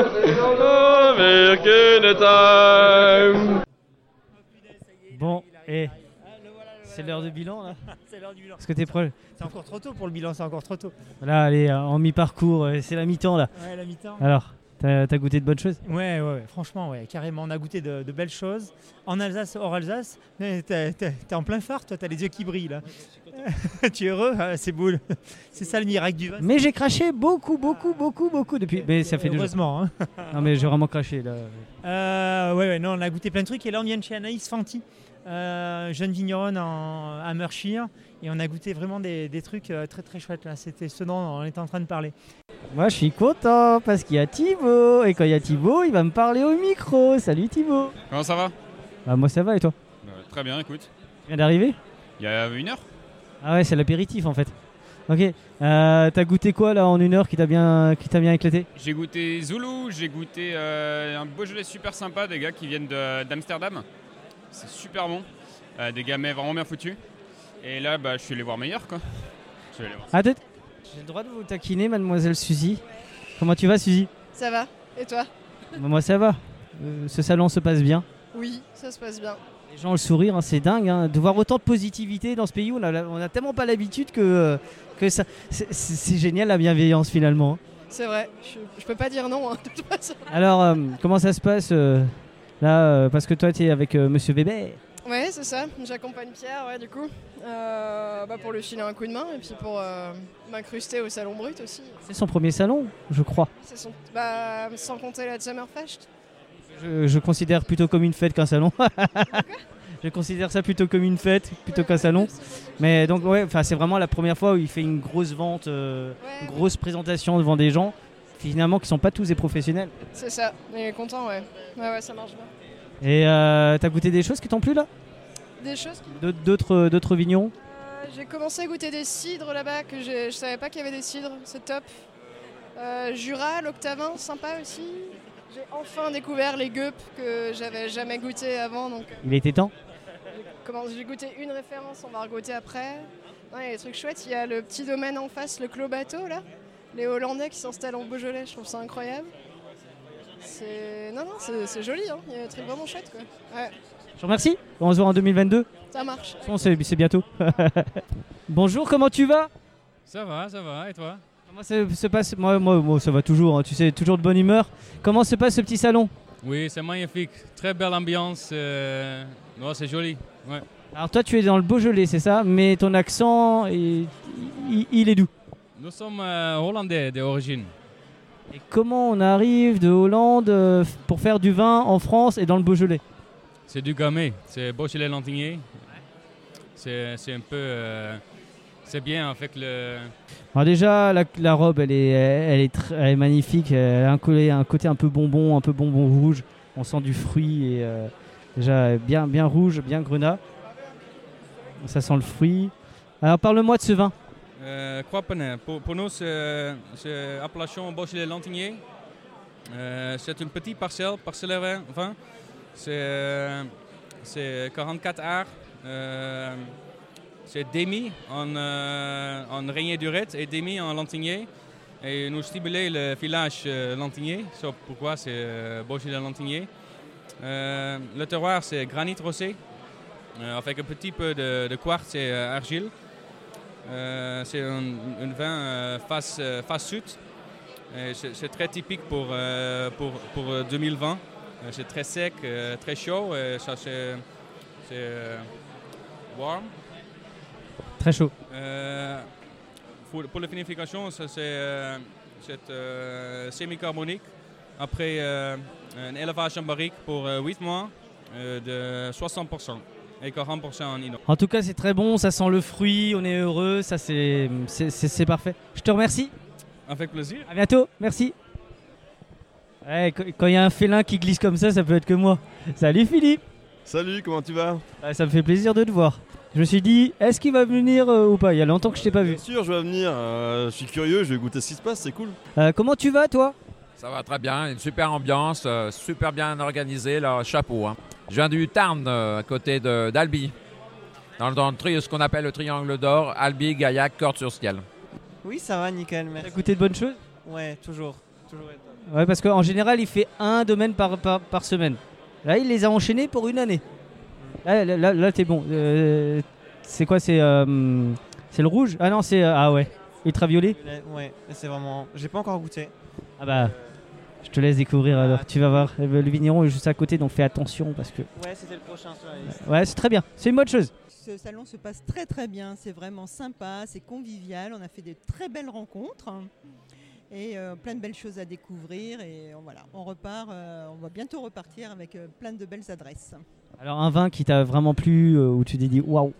keine time. Bon, et c'est l'heure de bilan là. C'est l'heure du bilan. Est-ce que t'es prêt? C'est encore trop tôt pour le bilan, c'est encore trop tôt. Là, allez, en mi-parcours, c'est la mi-temps là. Ouais, la mi-temps. Alors, t'as goûté de bonnes choses? Ouais, franchement, carrément, on a goûté de belles choses. En Alsace, hors Alsace, t'es en plein phare, toi, t'as les yeux qui brillent là. Tu es heureux? C'est boule. C'est ça le miracle du vin. Mais j'ai craché beaucoup depuis. Mais ça fait 2 jours. Heureusement. Non, mais j'ai vraiment craché là. Non, on a goûté plein de trucs et là on vient de chez Anaïs Fanti, jeune vigneronne à Mershire, et on a goûté vraiment des trucs très très chouettes là. C'était ce dont on était en train de parler. Moi je suis content parce qu'il y a Thibaut et quand il y a Thibaut, il va me parler au micro. Salut Thibaut. Comment ça va? Moi ça va et toi? Très bien, écoute. Tu viens d'arriver? Il y a 1 heure. Ah ouais, c'est l'apéritif en fait. Ok. T'as goûté quoi là en 1 heure qui t'a bien éclaté? J'ai goûté Zulu, j'ai goûté un Beaujolais super sympa, des gars qui viennent d'Amsterdam. C'est super bon. Des gamets vraiment bien foutus. Et là, je suis allé voir Meilleur quoi. Attends, j'ai le droit de vous taquiner, mademoiselle Suzy. Comment tu vas, Suzy? Ça va, et toi? Moi ça va. Ce salon se passe bien. Oui, ça se passe bien. Les gens, le sourire, c'est dingue de voir autant de positivité dans ce pays. On a tellement pas l'habitude que ça, c'est génial la bienveillance finalement. C'est vrai, je peux pas dire non de toute façon. Alors, comment ça se passe là parce que toi, tu es avec Monsieur Weber. Ouais, c'est ça. J'accompagne Pierre, du coup, pour lui filer un coup de main et puis pour m'incruster au Salon Brut aussi. C'est son premier salon, je crois. C'est sans compter la Summerfest. Je considère plutôt comme une fête qu'un salon. Je considère ça plutôt comme une fête, plutôt qu'un salon. Mais donc ouais, c'est vraiment la première fois où il fait une grosse vente, une grosse présentation devant des gens, finalement qui sont pas tous des professionnels. C'est ça, il est content, ouais. Ouais, ça marche bien. Et t'as goûté des choses qui t'ont plu là? Des choses D'autres vignerons? J'ai commencé à goûter des cidres là-bas, que je savais pas qu'il y avait des cidres, c'est top. Jura, l'Octavin, sympa aussi. J'ai enfin découvert les gueux que j'avais jamais goûté avant. Donc, Il était temps? j'ai goûté une référence, on va regoûter après. Il y a des trucs chouettes, il y a le petit domaine en face, le Clos Bateau là. Les Hollandais qui s'installent en Beaujolais, je trouve ça incroyable. C'est joli, hein. Il y a des trucs vraiment chouettes quoi. Ouais. Je vous remercie, on se voit en 2022. Ça marche. Bon, c'est bientôt. Bonjour, comment tu vas? Ça va, et toi? Comment se passe? Moi, ça va toujours, hein, tu sais, toujours de bonne humeur. Comment se passe ce petit salon? Oui, c'est magnifique, très belle ambiance, c'est joli. Ouais. Alors toi, tu es dans le Beaujolais, c'est ça? Mais ton accent, il est d'où? Nous sommes hollandais d'origine. Et comment on arrive de Hollande pour faire du vin en France et dans le Beaujolais? C'est du Gamay, c'est Beaujolais-Lantigné. C'est un peu... c'est bien avec le... Alors déjà, la robe, elle est magnifique. Elle a un côté un peu bonbon rouge. On sent du fruit et déjà bien rouge, bien grenat. Ça sent le fruit. Alors parle-moi de ce vin. Croix-Penet. Pour nous, c'est appellation Beaujolais-Lantigné. C'est une petite parcelle vin. C'est 44 arts. C'est demi en Régnier du Ret et demi en Lantigné. Et nous stimulons le village Lantigné. C'est pourquoi c'est Beaujolais-Lantigné. Le terroir, c'est granit rossé, avec un petit peu de quartz et argile. C'est un vin face sud. C'est très typique pour 2020. C'est très sec, très chaud. Et ça, c'est warm. Très chaud. Pour la vinification, c'est semi-carbonique. Après un élevage en barrique pour 8 mois de 60% et 40% en ino. En tout cas, c'est très bon, ça sent le fruit, on est heureux, ça c'est parfait. Je te remercie. Avec plaisir. À bientôt, merci. Ouais, quand il y a un félin qui glisse comme ça peut être que moi. Salut Philippe. Salut, comment tu vas? Ça me fait plaisir de te voir. Je me suis dit, est-ce qu'il va venir ou pas? Il y a longtemps que je t'ai pas vu. Bien sûr, je vais venir. Je suis curieux, je vais goûter ce qui se passe, c'est cool. Comment tu vas, toi? Ça va très bien, une super ambiance, super bien organisé, là, chapeau. Hein. Je viens du Tarn, à côté d'Albi, dans ce qu'on appelle le triangle d'or, Albi, Gaillac, Cordes-sur-Ciel. Oui, ça va, nickel, merci. T'as goûté de bonnes choses? Ouais, toujours. Ouais, parce qu'en général, il fait un domaine par semaine. Là, il les a enchaînés pour une année. Là t'es bon. C'est quoi? C'est le rouge? Ah non, c'est... ah ouais. Ultraviolet? Ouais, c'est vraiment... J'ai pas encore goûté. Ah bah... Je te laisse découvrir alors. Tu vas voir. Le vigneron est juste à côté, donc fais attention parce que... Ouais, c'était le prochain sur la liste. Ouais, c'est très bien. C'est une bonne chose. Ce salon se passe très très bien. C'est vraiment sympa, c'est convivial. On a fait de très belles rencontres. Et plein de belles choses à découvrir. Et voilà, on repart, on va bientôt repartir avec plein de belles adresses. Alors un vin qui t'a vraiment plu, où tu t'es dit waouh?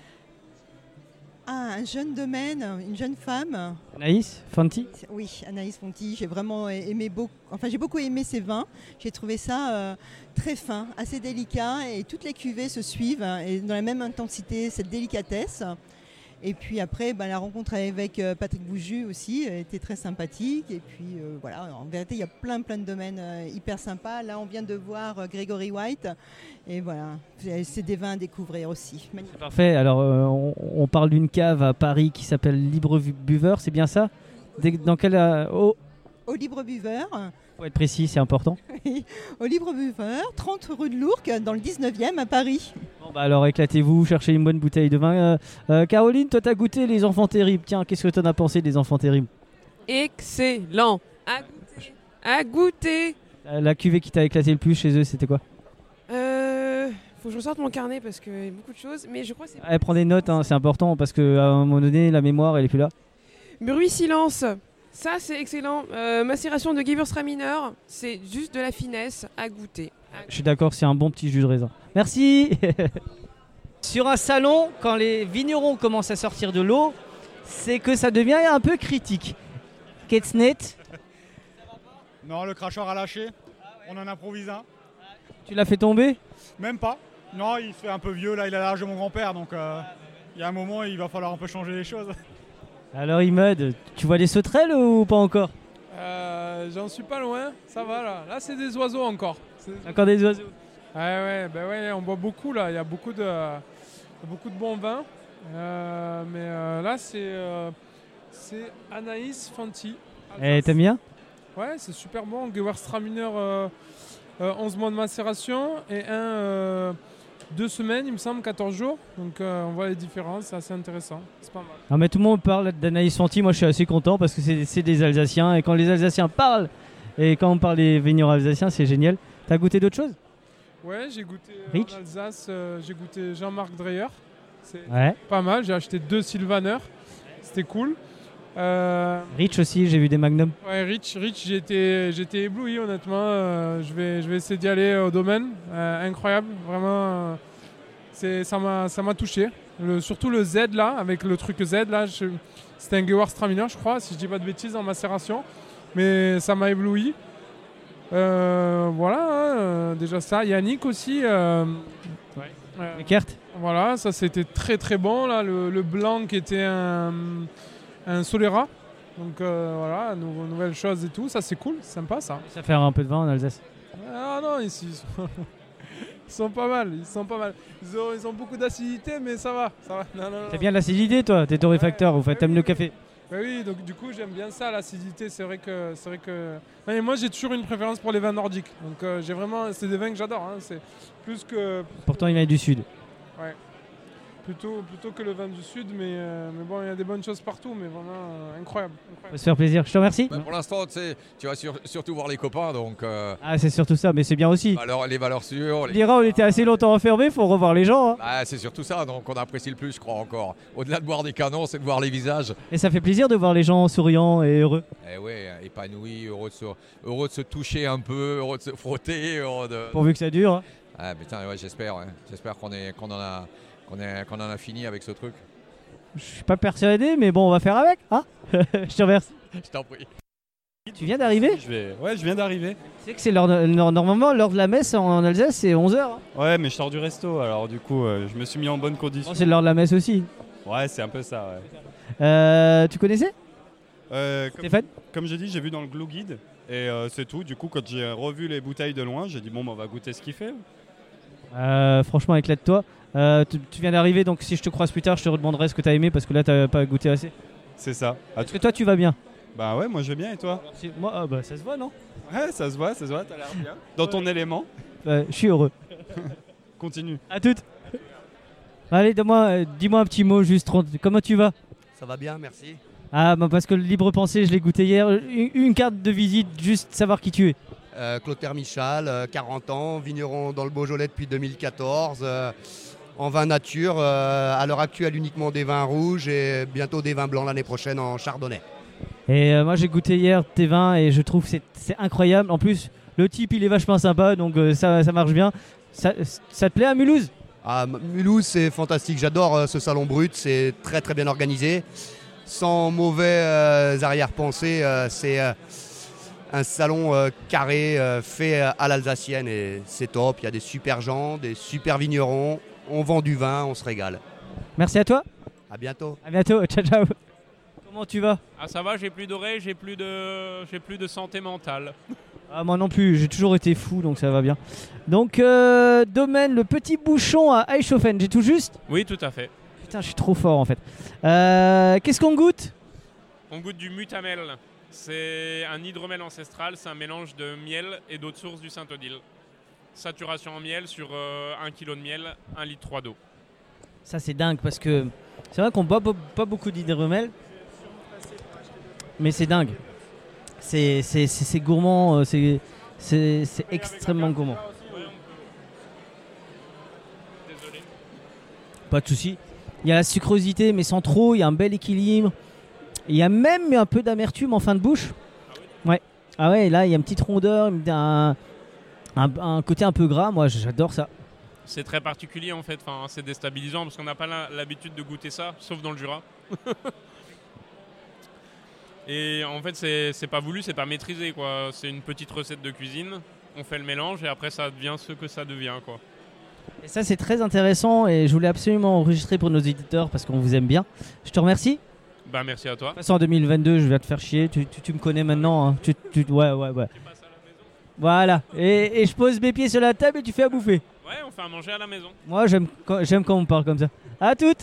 Ah, un jeune domaine, une jeune femme. Anaïs Fonti? Oui, Anaïs Fonti. J'ai vraiment aimé j'ai beaucoup aimé ses vins. J'ai trouvé ça très fin, assez délicat. Et toutes les cuvées se suivent et dans la même intensité, cette délicatesse. Et puis après, la rencontre avec Patrick Bouju aussi était très sympathique. Et puis voilà, en vérité, il y a plein de domaines hyper sympas. Là, on vient de voir Gregory White. Et voilà, c'est des vins à découvrir aussi. Magnifique. Parfait. Alors, on parle d'une cave à Paris qui s'appelle Libre Buveur, c'est bien ça? Dans quel... Au Libre Buveur. Faut être précis, c'est important. Au Libre Buveur, 30 rue de Lourcq, dans le 19e à Paris. Bon alors éclatez-vous, cherchez une bonne bouteille de vin. Caroline, toi t'as goûté les Enfants Terribles. Tiens, qu'est-ce que t'en as pensé des Enfants Terribles? Excellent. À goûter. La cuvée qui t'a éclaté le plus chez eux, c'était quoi? Faut que je ressorte mon carnet parce qu'il y a beaucoup de choses, mais je crois que c'est... Prends des notes, hein, c'est important parce qu'à un moment donné, la mémoire elle est plus là. Bruit silence. Ça, c'est excellent. Macération de Gewürztraminer, c'est juste de la finesse à goûter. Je suis d'accord, c'est un bon petit jus de raisin. Merci. Sur un salon, quand les vignerons commencent à sortir de l'eau, c'est que ça devient un peu critique. Qu'est-ce net? Non, le crachoir a lâché. On en improvise un. Tu l'as fait tomber? Même pas. Non, il fait un peu vieux, là, il a l'âge de mon grand-père, donc il y a un moment, il va falloir un peu changer les choses. Alors Imad, tu vois des sauterelles ou pas encore? J'en suis pas loin, ça va là. Là, c'est des oiseaux encore. Encore des oiseaux? Ouais, on boit beaucoup là. Il y a beaucoup de bons vins. Mais là, c'est Anaïs Fanti. Et t'aimes bien? Ouais, c'est super bon. Gewürztraminer 11 mois de macération et 2 semaines, il me semble, 14 jours. Donc on voit les différences, c'est assez intéressant. C'est pas mal. Ah, mais tout le monde parle d'Anaïs Fanti, moi je suis assez content parce que c'est des Alsaciens. Et quand les Alsaciens parlent, et quand on parle des vignerons alsaciens, c'est génial. T'as goûté d'autres choses? Ouais, j'ai goûté Rich en Alsace, j'ai goûté Jean-Marc Dreyer. C'est Ouais. pas mal, j'ai acheté 2 Sylvaner. C'était cool. Rich aussi, j'ai vu des Magnum. Ouais, Rich, j'étais ébloui honnêtement. Je vais essayer d'y aller au domaine. Incroyable, vraiment. Ça m'a touché. Surtout le Z là, avec le truc Z là. C'était un Gewürztraminer, je crois, si je dis pas de bêtises, en macération. Mais ça m'a ébloui. Voilà, déjà ça. Yannick aussi. Eckert. Voilà, ça c'était très très bon là. Le blanc qui était un Solera. Donc voilà, nouvelle chose et tout. Ça c'est cool, c'est sympa ça. Ça fait un peu de vin en Alsace. Ah non, ici ils sont pas mal. Ils ont beaucoup d'acidité, mais ça va. Non. T'as bien l'acidité toi, t'es torréfacteur, ou t'aimes le café? Bah oui, donc du coup j'aime bien ça, l'acidité. C'est vrai que. Non, mais moi j'ai toujours une préférence pour les vins nordiques. Donc c'est des vins que j'adore. Hein. C'est plus que. Pourtant il vient du sud. Ouais. Plutôt que le vin du sud, mais bon, il y a des bonnes choses partout, mais vraiment incroyable. Ça va se faire plaisir, je te remercie. Bah, pour l'instant, tu vas surtout voir les copains, donc... Ah, c'est surtout ça, mais c'est bien aussi. Les valeurs sûres... On dira, on était assez longtemps enfermés, faut revoir les gens. Hein. Bah, c'est surtout ça, donc on apprécie le plus, je crois, encore. Au-delà de voir des canons, c'est de voir les visages. Et ça fait plaisir de voir les gens souriants et heureux. Eh ouais, épanouis, heureux de se toucher un peu, heureux de se frotter, heureux de... Pourvu que ça dure. Hein. Ah, putain, ouais, j'espère qu'on en a fini avec ce truc. Je suis pas persuadé, mais bon, on va faire avec. Hein. Je te remercie. Je t'en prie. Tu viens d'arriver? Ouais, je viens d'arriver. Tu sais que c'est normalement l'heure de la messe en Alsace, c'est 11h. Hein. Ouais, mais je sors du resto, alors du coup, je me suis mis en bonne condition. Bon, c'est l'heure de la messe aussi. Ouais, c'est un peu ça, ouais. Tu connaissais Stéphane? Comme j'ai dit, j'ai vu dans le Glue Guide, et c'est tout. Du coup, quand j'ai revu les bouteilles de loin, j'ai dit, bon, on va goûter ce qu'il fait. Franchement, éclate-toi. Tu viens d'arriver, donc si je te croise plus tard, je te redemanderai ce que tu as aimé parce que là, tu n'as pas goûté assez. C'est ça. Parce que toi, tu vas bien. Bah ouais, moi je vais bien et toi? Moi, ça se voit, non? Ouais, ça se voit, t'as l'air bien. Dans ton élément. Je suis heureux. Continue. À toutes. Allez, dis-moi un petit mot juste. Comment tu vas? Ça va bien, merci. Ah, bah parce que le libre pensée, je l'ai goûté hier. Une carte de visite, juste savoir qui tu es. Clotaire Michal, 40 ans, vigneron dans le Beaujolais depuis 2014, en vin nature, à l'heure actuelle uniquement des vins rouges et bientôt des vins blancs l'année prochaine en chardonnay. Et moi j'ai goûté hier tes vins et je trouve que c'est incroyable. En plus, le type il est vachement sympa, donc ça marche bien. Ça te plaît à Mulhouse? Ah, Mulhouse c'est fantastique, j'adore ce salon brut, c'est très très bien organisé. Sans mauvais arrière-pensée, c'est... un salon carré fait à l'alsacienne et c'est top, il y a des super gens, des super vignerons, on vend du vin, on se régale. Merci à toi. À bientôt. À bientôt, ciao ciao. Comment tu vas? Ah ça va, j'ai plus d'oreilles, j'ai plus de santé mentale. Ah, moi non plus, j'ai toujours été fou donc ça va bien. Donc domaine le petit bouchon à Eichhofen, j'ai tout juste? Oui, tout à fait. Putain, je suis trop fort en fait. Qu'est-ce qu'on goûte? On goûte du mutamel. C'est un hydromel ancestral, c'est un mélange de miel et d'eau de source du Saint-Odile. Saturation en miel sur 1 kg de miel, 1,3 litre d'eau. Ça c'est dingue parce que c'est vrai qu'on boit pas beaucoup d'hydromel, mais c'est dingue. C'est gourmand, c'est extrêmement gourmand. Désolé. Pas de souci. Il y a la sucrosité mais sans trop, il y a un bel équilibre. Il y a même un peu d'amertume en fin de bouche. Ouais. Ah ouais, là il y a une petite rondeur, un côté un peu gras. Moi j'adore ça. C'est très particulier en fait, enfin, c'est déstabilisant parce qu'on n'a pas l'habitude de goûter ça, sauf dans le Jura. Et en fait c'est pas voulu, c'est pas maîtrisé quoi. C'est une petite recette de cuisine, on fait le mélange et après ça devient ce que ça devient quoi. Et ça c'est très intéressant et je voulais absolument enregistrer pour nos éditeurs parce qu'on vous aime bien. Je te remercie. Bah merci à toi. De toute façon en 2022 je vais te faire chier, tu me connais maintenant. Hein. Ouais. Voilà, et je pose mes pieds sur la table et tu fais à bouffer. Ouais, on fait à manger à la maison. Moi j'aime quand on parle comme ça. À toutes.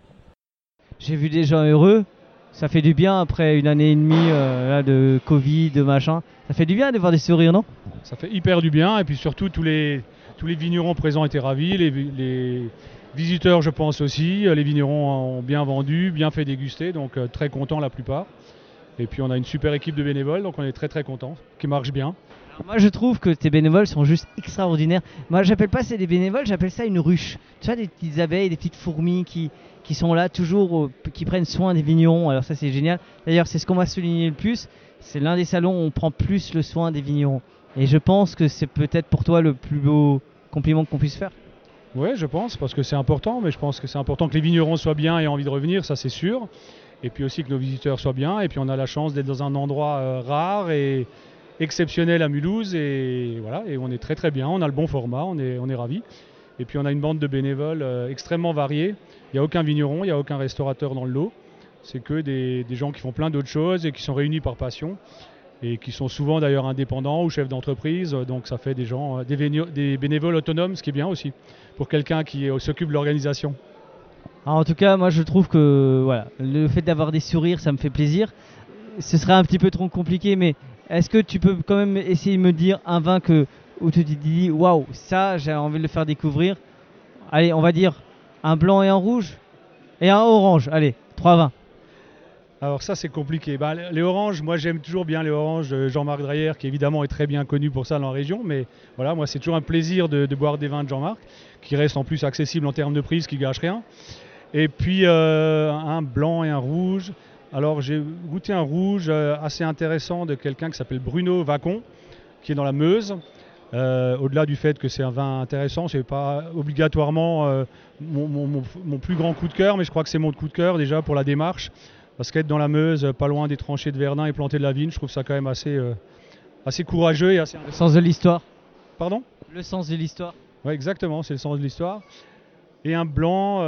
J'ai vu des gens heureux, ça fait du bien après une année et demie là, de Covid, de machin. Ça fait du bien de voir des sourires, non? Ça fait hyper du bien et puis surtout tous les vignerons présents étaient ravis, les visiteurs je pense aussi, les vignerons ont bien vendu, bien fait déguster, donc très contents la plupart. Et puis on a une super équipe de bénévoles, donc on est très très contents, qui marche bien. Alors moi je trouve que tes bénévoles sont juste extraordinaires. Moi j'appelle pas ça des bénévoles, j'appelle ça une ruche. Tu vois, des petites abeilles, des petites fourmis qui sont là toujours, qui prennent soin des vignerons. Alors ça c'est génial. D'ailleurs c'est ce qu'on va souligner le plus. C'est l'un des salons où on prend plus le soin des vignerons. Et je pense que c'est peut-être pour toi le plus beau compliment qu'on puisse faire. Ouais, je pense, parce que c'est important, mais je pense que c'est important que les vignerons soient bien et aient envie de revenir, ça c'est sûr. Et puis aussi que nos visiteurs soient bien. Et puis on a la chance d'être dans un endroit rare et exceptionnel à Mulhouse. Et voilà, et on est très très bien, on a le bon format, on est ravis. Et puis on a une bande de bénévoles extrêmement variée. Il n'y a aucun vigneron, il n'y a aucun restaurateur dans le lot. C'est que des gens qui font plein d'autres choses et qui sont réunis par passion. Et qui sont souvent d'ailleurs indépendants ou chefs d'entreprise. Donc ça fait des gens, des bénévoles autonomes, ce qui est bien aussi, pour quelqu'un qui s'occupe de l'organisation. Alors en tout cas, moi je trouve que voilà, le fait d'avoir des sourires, ça me fait plaisir. Ce serait un petit peu trop compliqué, mais est-ce que tu peux quand même essayer de me dire un vin où tu te dis waouh, ça j'ai envie de le faire découvrir. Allez, on va dire un blanc et un rouge et un orange. Allez, 3 vins. Alors ça c'est compliqué. Les oranges, moi j'aime toujours bien les oranges de Jean-Marc Dreyer, qui évidemment est très bien connu pour ça dans la région. Mais voilà, moi c'est toujours un plaisir de boire des vins de Jean-Marc, qui restent en plus accessibles en termes de prix, ce qui gâche rien. Et puis un blanc et un rouge. Alors j'ai goûté un rouge assez intéressant de quelqu'un qui s'appelle Bruno Vacon, qui est dans la Meuse. Au-delà du fait que c'est un vin intéressant, c'est pas obligatoirement mon plus grand coup de cœur, mais je crois que c'est mon coup de cœur déjà pour la démarche. Parce qu'être dans la Meuse, pas loin des tranchées de Verdun et planter de la vigne, je trouve ça quand même assez courageux et assez... Le sens de l'histoire. Pardon ? Le sens de l'histoire. Oui, exactement, c'est le sens de l'histoire. Et un blanc.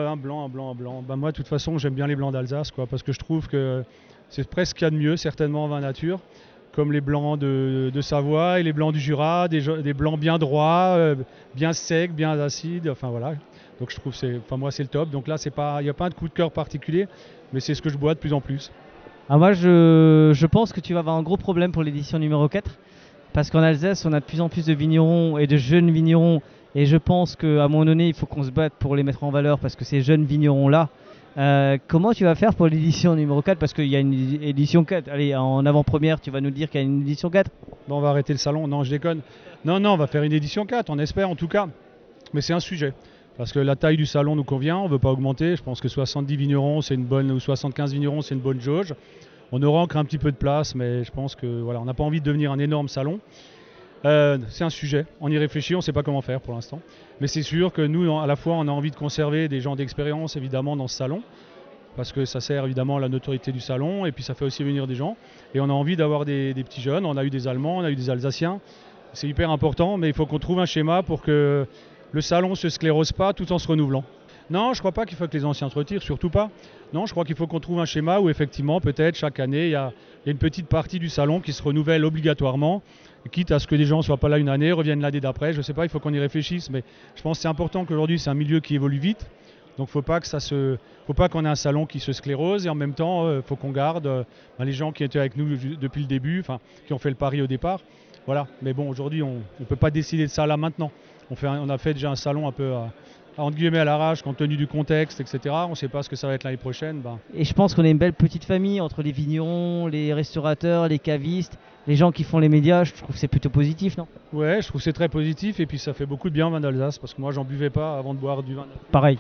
Moi, de toute façon, j'aime bien les blancs d'Alsace, quoi, parce que je trouve que c'est presque ce qu'il y a de mieux, certainement en vin nature, comme les blancs de Savoie et les blancs du Jura, des blancs bien droits, bien secs, bien acides, enfin voilà. Donc je trouve moi c'est le top. Donc là il n'y a pas de coup de cœur particulier, mais c'est ce que je bois de plus en plus. Ah, moi je pense que tu vas avoir un gros problème pour l'édition numéro 4, parce qu'en Alsace on a de plus en plus de vignerons et de jeunes vignerons, et je pense qu'à un moment donné il faut qu'on se batte pour les mettre en valeur, parce que ces jeunes vignerons là, comment tu vas faire pour l'édition numéro 4, parce qu'il y a une édition 4, allez en avant-première tu vas nous dire qu'il y a une édition 4. Bon, on va arrêter le salon, non je déconne. Non, on va faire une édition 4, on espère en tout cas, mais c'est un sujet. Parce que la taille du salon nous convient, on ne veut pas augmenter. Je pense que 70 vignerons, c'est une bonne, ou 75 vignerons, c'est une bonne jauge. On aura encore un petit peu de place, mais je pense que voilà, on n'a pas envie de devenir un énorme salon. C'est un sujet, on y réfléchit, on ne sait pas comment faire pour l'instant. Mais c'est sûr que nous, à la fois, on a envie de conserver des gens d'expérience, évidemment, dans ce salon, parce que ça sert évidemment à la notoriété du salon, et puis ça fait aussi venir des gens. Et on a envie d'avoir des petits jeunes, on a eu des Allemands, on a eu des Alsaciens. C'est hyper important, mais il faut qu'on trouve un schéma pour que le salon ne se sclérose pas tout en se renouvelant. Non, je ne crois pas qu'il faut que les anciens se retirent, surtout pas. Non, je crois qu'il faut qu'on trouve un schéma où effectivement, peut-être chaque année, il y a une petite partie du salon qui se renouvelle obligatoirement, quitte à ce que des gens ne soient pas là une année, reviennent l'année d'après. Je ne sais pas, il faut qu'on y réfléchisse, mais je pense que c'est important qu'aujourd'hui, c'est un milieu qui évolue vite. Donc faut pas qu'on ait un salon qui se sclérose, et en même temps, faut qu'on garde les gens qui étaient avec nous depuis le début, qui ont fait le pari au départ. Voilà. Mais bon, aujourd'hui, on ne peut pas décider de ça là maintenant. On a fait déjà un salon un peu entre guillemets à l'arrache, compte tenu du contexte, etc. On ne sait pas ce que ça va être l'année prochaine. Et je pense qu'on est une belle petite famille entre les vignerons, les restaurateurs, les cavistes, les gens qui font les médias. Je trouve que c'est plutôt positif, non ? Ouais, je trouve que c'est très positif, et puis ça fait beaucoup de bien au vin d'Alsace, parce que moi j'en buvais pas avant de boire du vin d'Alsace. Pareil.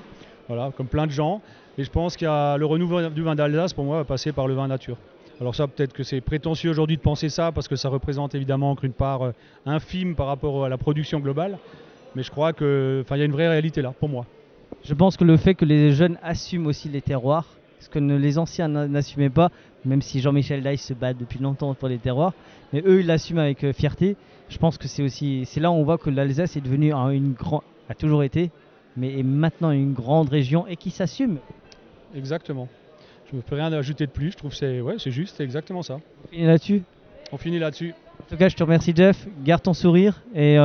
voilà, comme plein de gens. Et je pense qu'il y a le renouveau du vin d'Alsace, pour moi, va passer par le vin nature. Alors ça, peut-être que c'est prétentieux aujourd'hui de penser ça, parce que ça représente évidemment qu'une part infime par rapport à la production globale. Mais je crois qu'il y a une vraie réalité là, pour moi. Je pense que le fait que les jeunes assument aussi les terroirs, ce que les anciens n'assumaient pas, même si Jean-Michel Daille se bat depuis longtemps pour les terroirs, mais eux ils l'assument avec fierté. Je pense que c'est là où on voit que l'Alsace est devenue a toujours été, mais est maintenant une grande région et qui s'assume. Exactement. Je ne peux rien ajouter de plus, je trouve que c'est juste, c'est exactement ça. On finit là-dessus. En tout cas, je te remercie Jeff, garde ton sourire et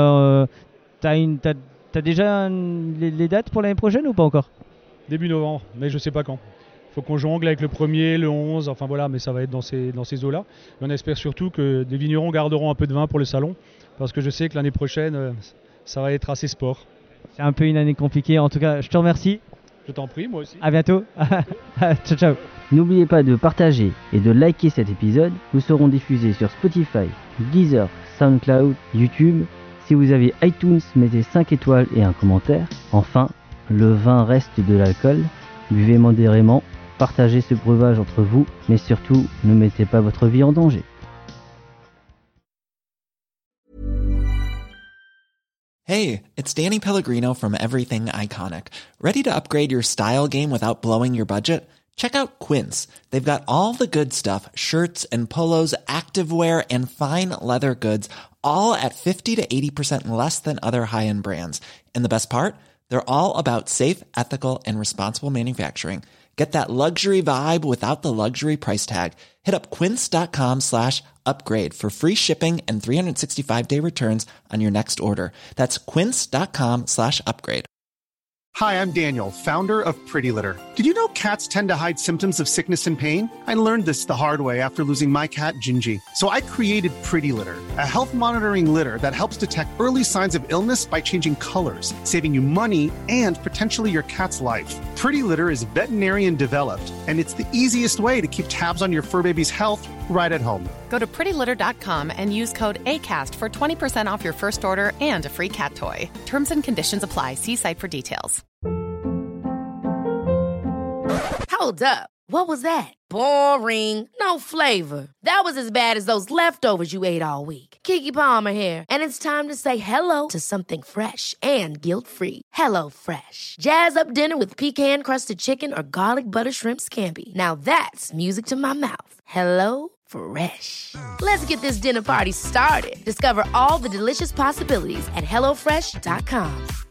t'as déjà les dates pour l'année prochaine ou pas encore ? Début novembre, mais je sais pas quand. Il faut qu'on jongle avec le 1er, le 11, enfin voilà, mais ça va être dans ces eaux-là. Et on espère surtout que des vignerons garderont un peu de vin pour le salon, parce que je sais que l'année prochaine, ça va être assez sport. C'est un peu une année compliquée, en tout cas, je te remercie. Je t'en prie, moi aussi. À bientôt. Ciao, ciao. N'oubliez pas de partager et de liker cet épisode. Nous serons diffusés sur Spotify, Deezer, SoundCloud, YouTube. Si vous avez iTunes, mettez 5 étoiles et un commentaire. Enfin, le vin reste de l'alcool. Buvez modérément, partagez ce breuvage entre vous, mais surtout, ne mettez pas votre vie en danger. Hey, it's Danny Pellegrino from Everything Iconic. Ready to upgrade your style game without blowing your budget? Check out Quince. They've got all the good stuff, shirts and polos, activewear, and fine leather goods, all at 50 to 80% less than other high-end brands. And the best part? They're all about safe, ethical, and responsible manufacturing. Get that luxury vibe without the luxury price tag. Hit up quince.com/upgrade for free shipping and 365-day returns on your next order. That's quince.com/upgrade. Hi, I'm Daniel, founder of Pretty Litter. Did you know cats tend to hide symptoms of sickness and pain? I learned this the hard way after losing my cat, Gingy. So I created Pretty Litter, a health monitoring litter that helps detect early signs of illness by changing colors, saving you money and potentially your cat's life. Pretty Litter is veterinarian developed, and it's the easiest way to keep tabs on your fur baby's health right at home. Go to prettylitter.com and use code ACAST for 20% off your first order and a free cat toy. Terms and conditions apply. See site for details. Hold up. What was that? Boring. No flavor. That was as bad as those leftovers you ate all week. Keke Palmer here, and it's time to say hello to something fresh and guilt-free. Hello Fresh. Jazz up dinner with pecan-crusted chicken or garlic butter shrimp scampi. Now that's music to my mouth. Hello Fresh. Let's get this dinner party started. Discover all the delicious possibilities at HelloFresh.com.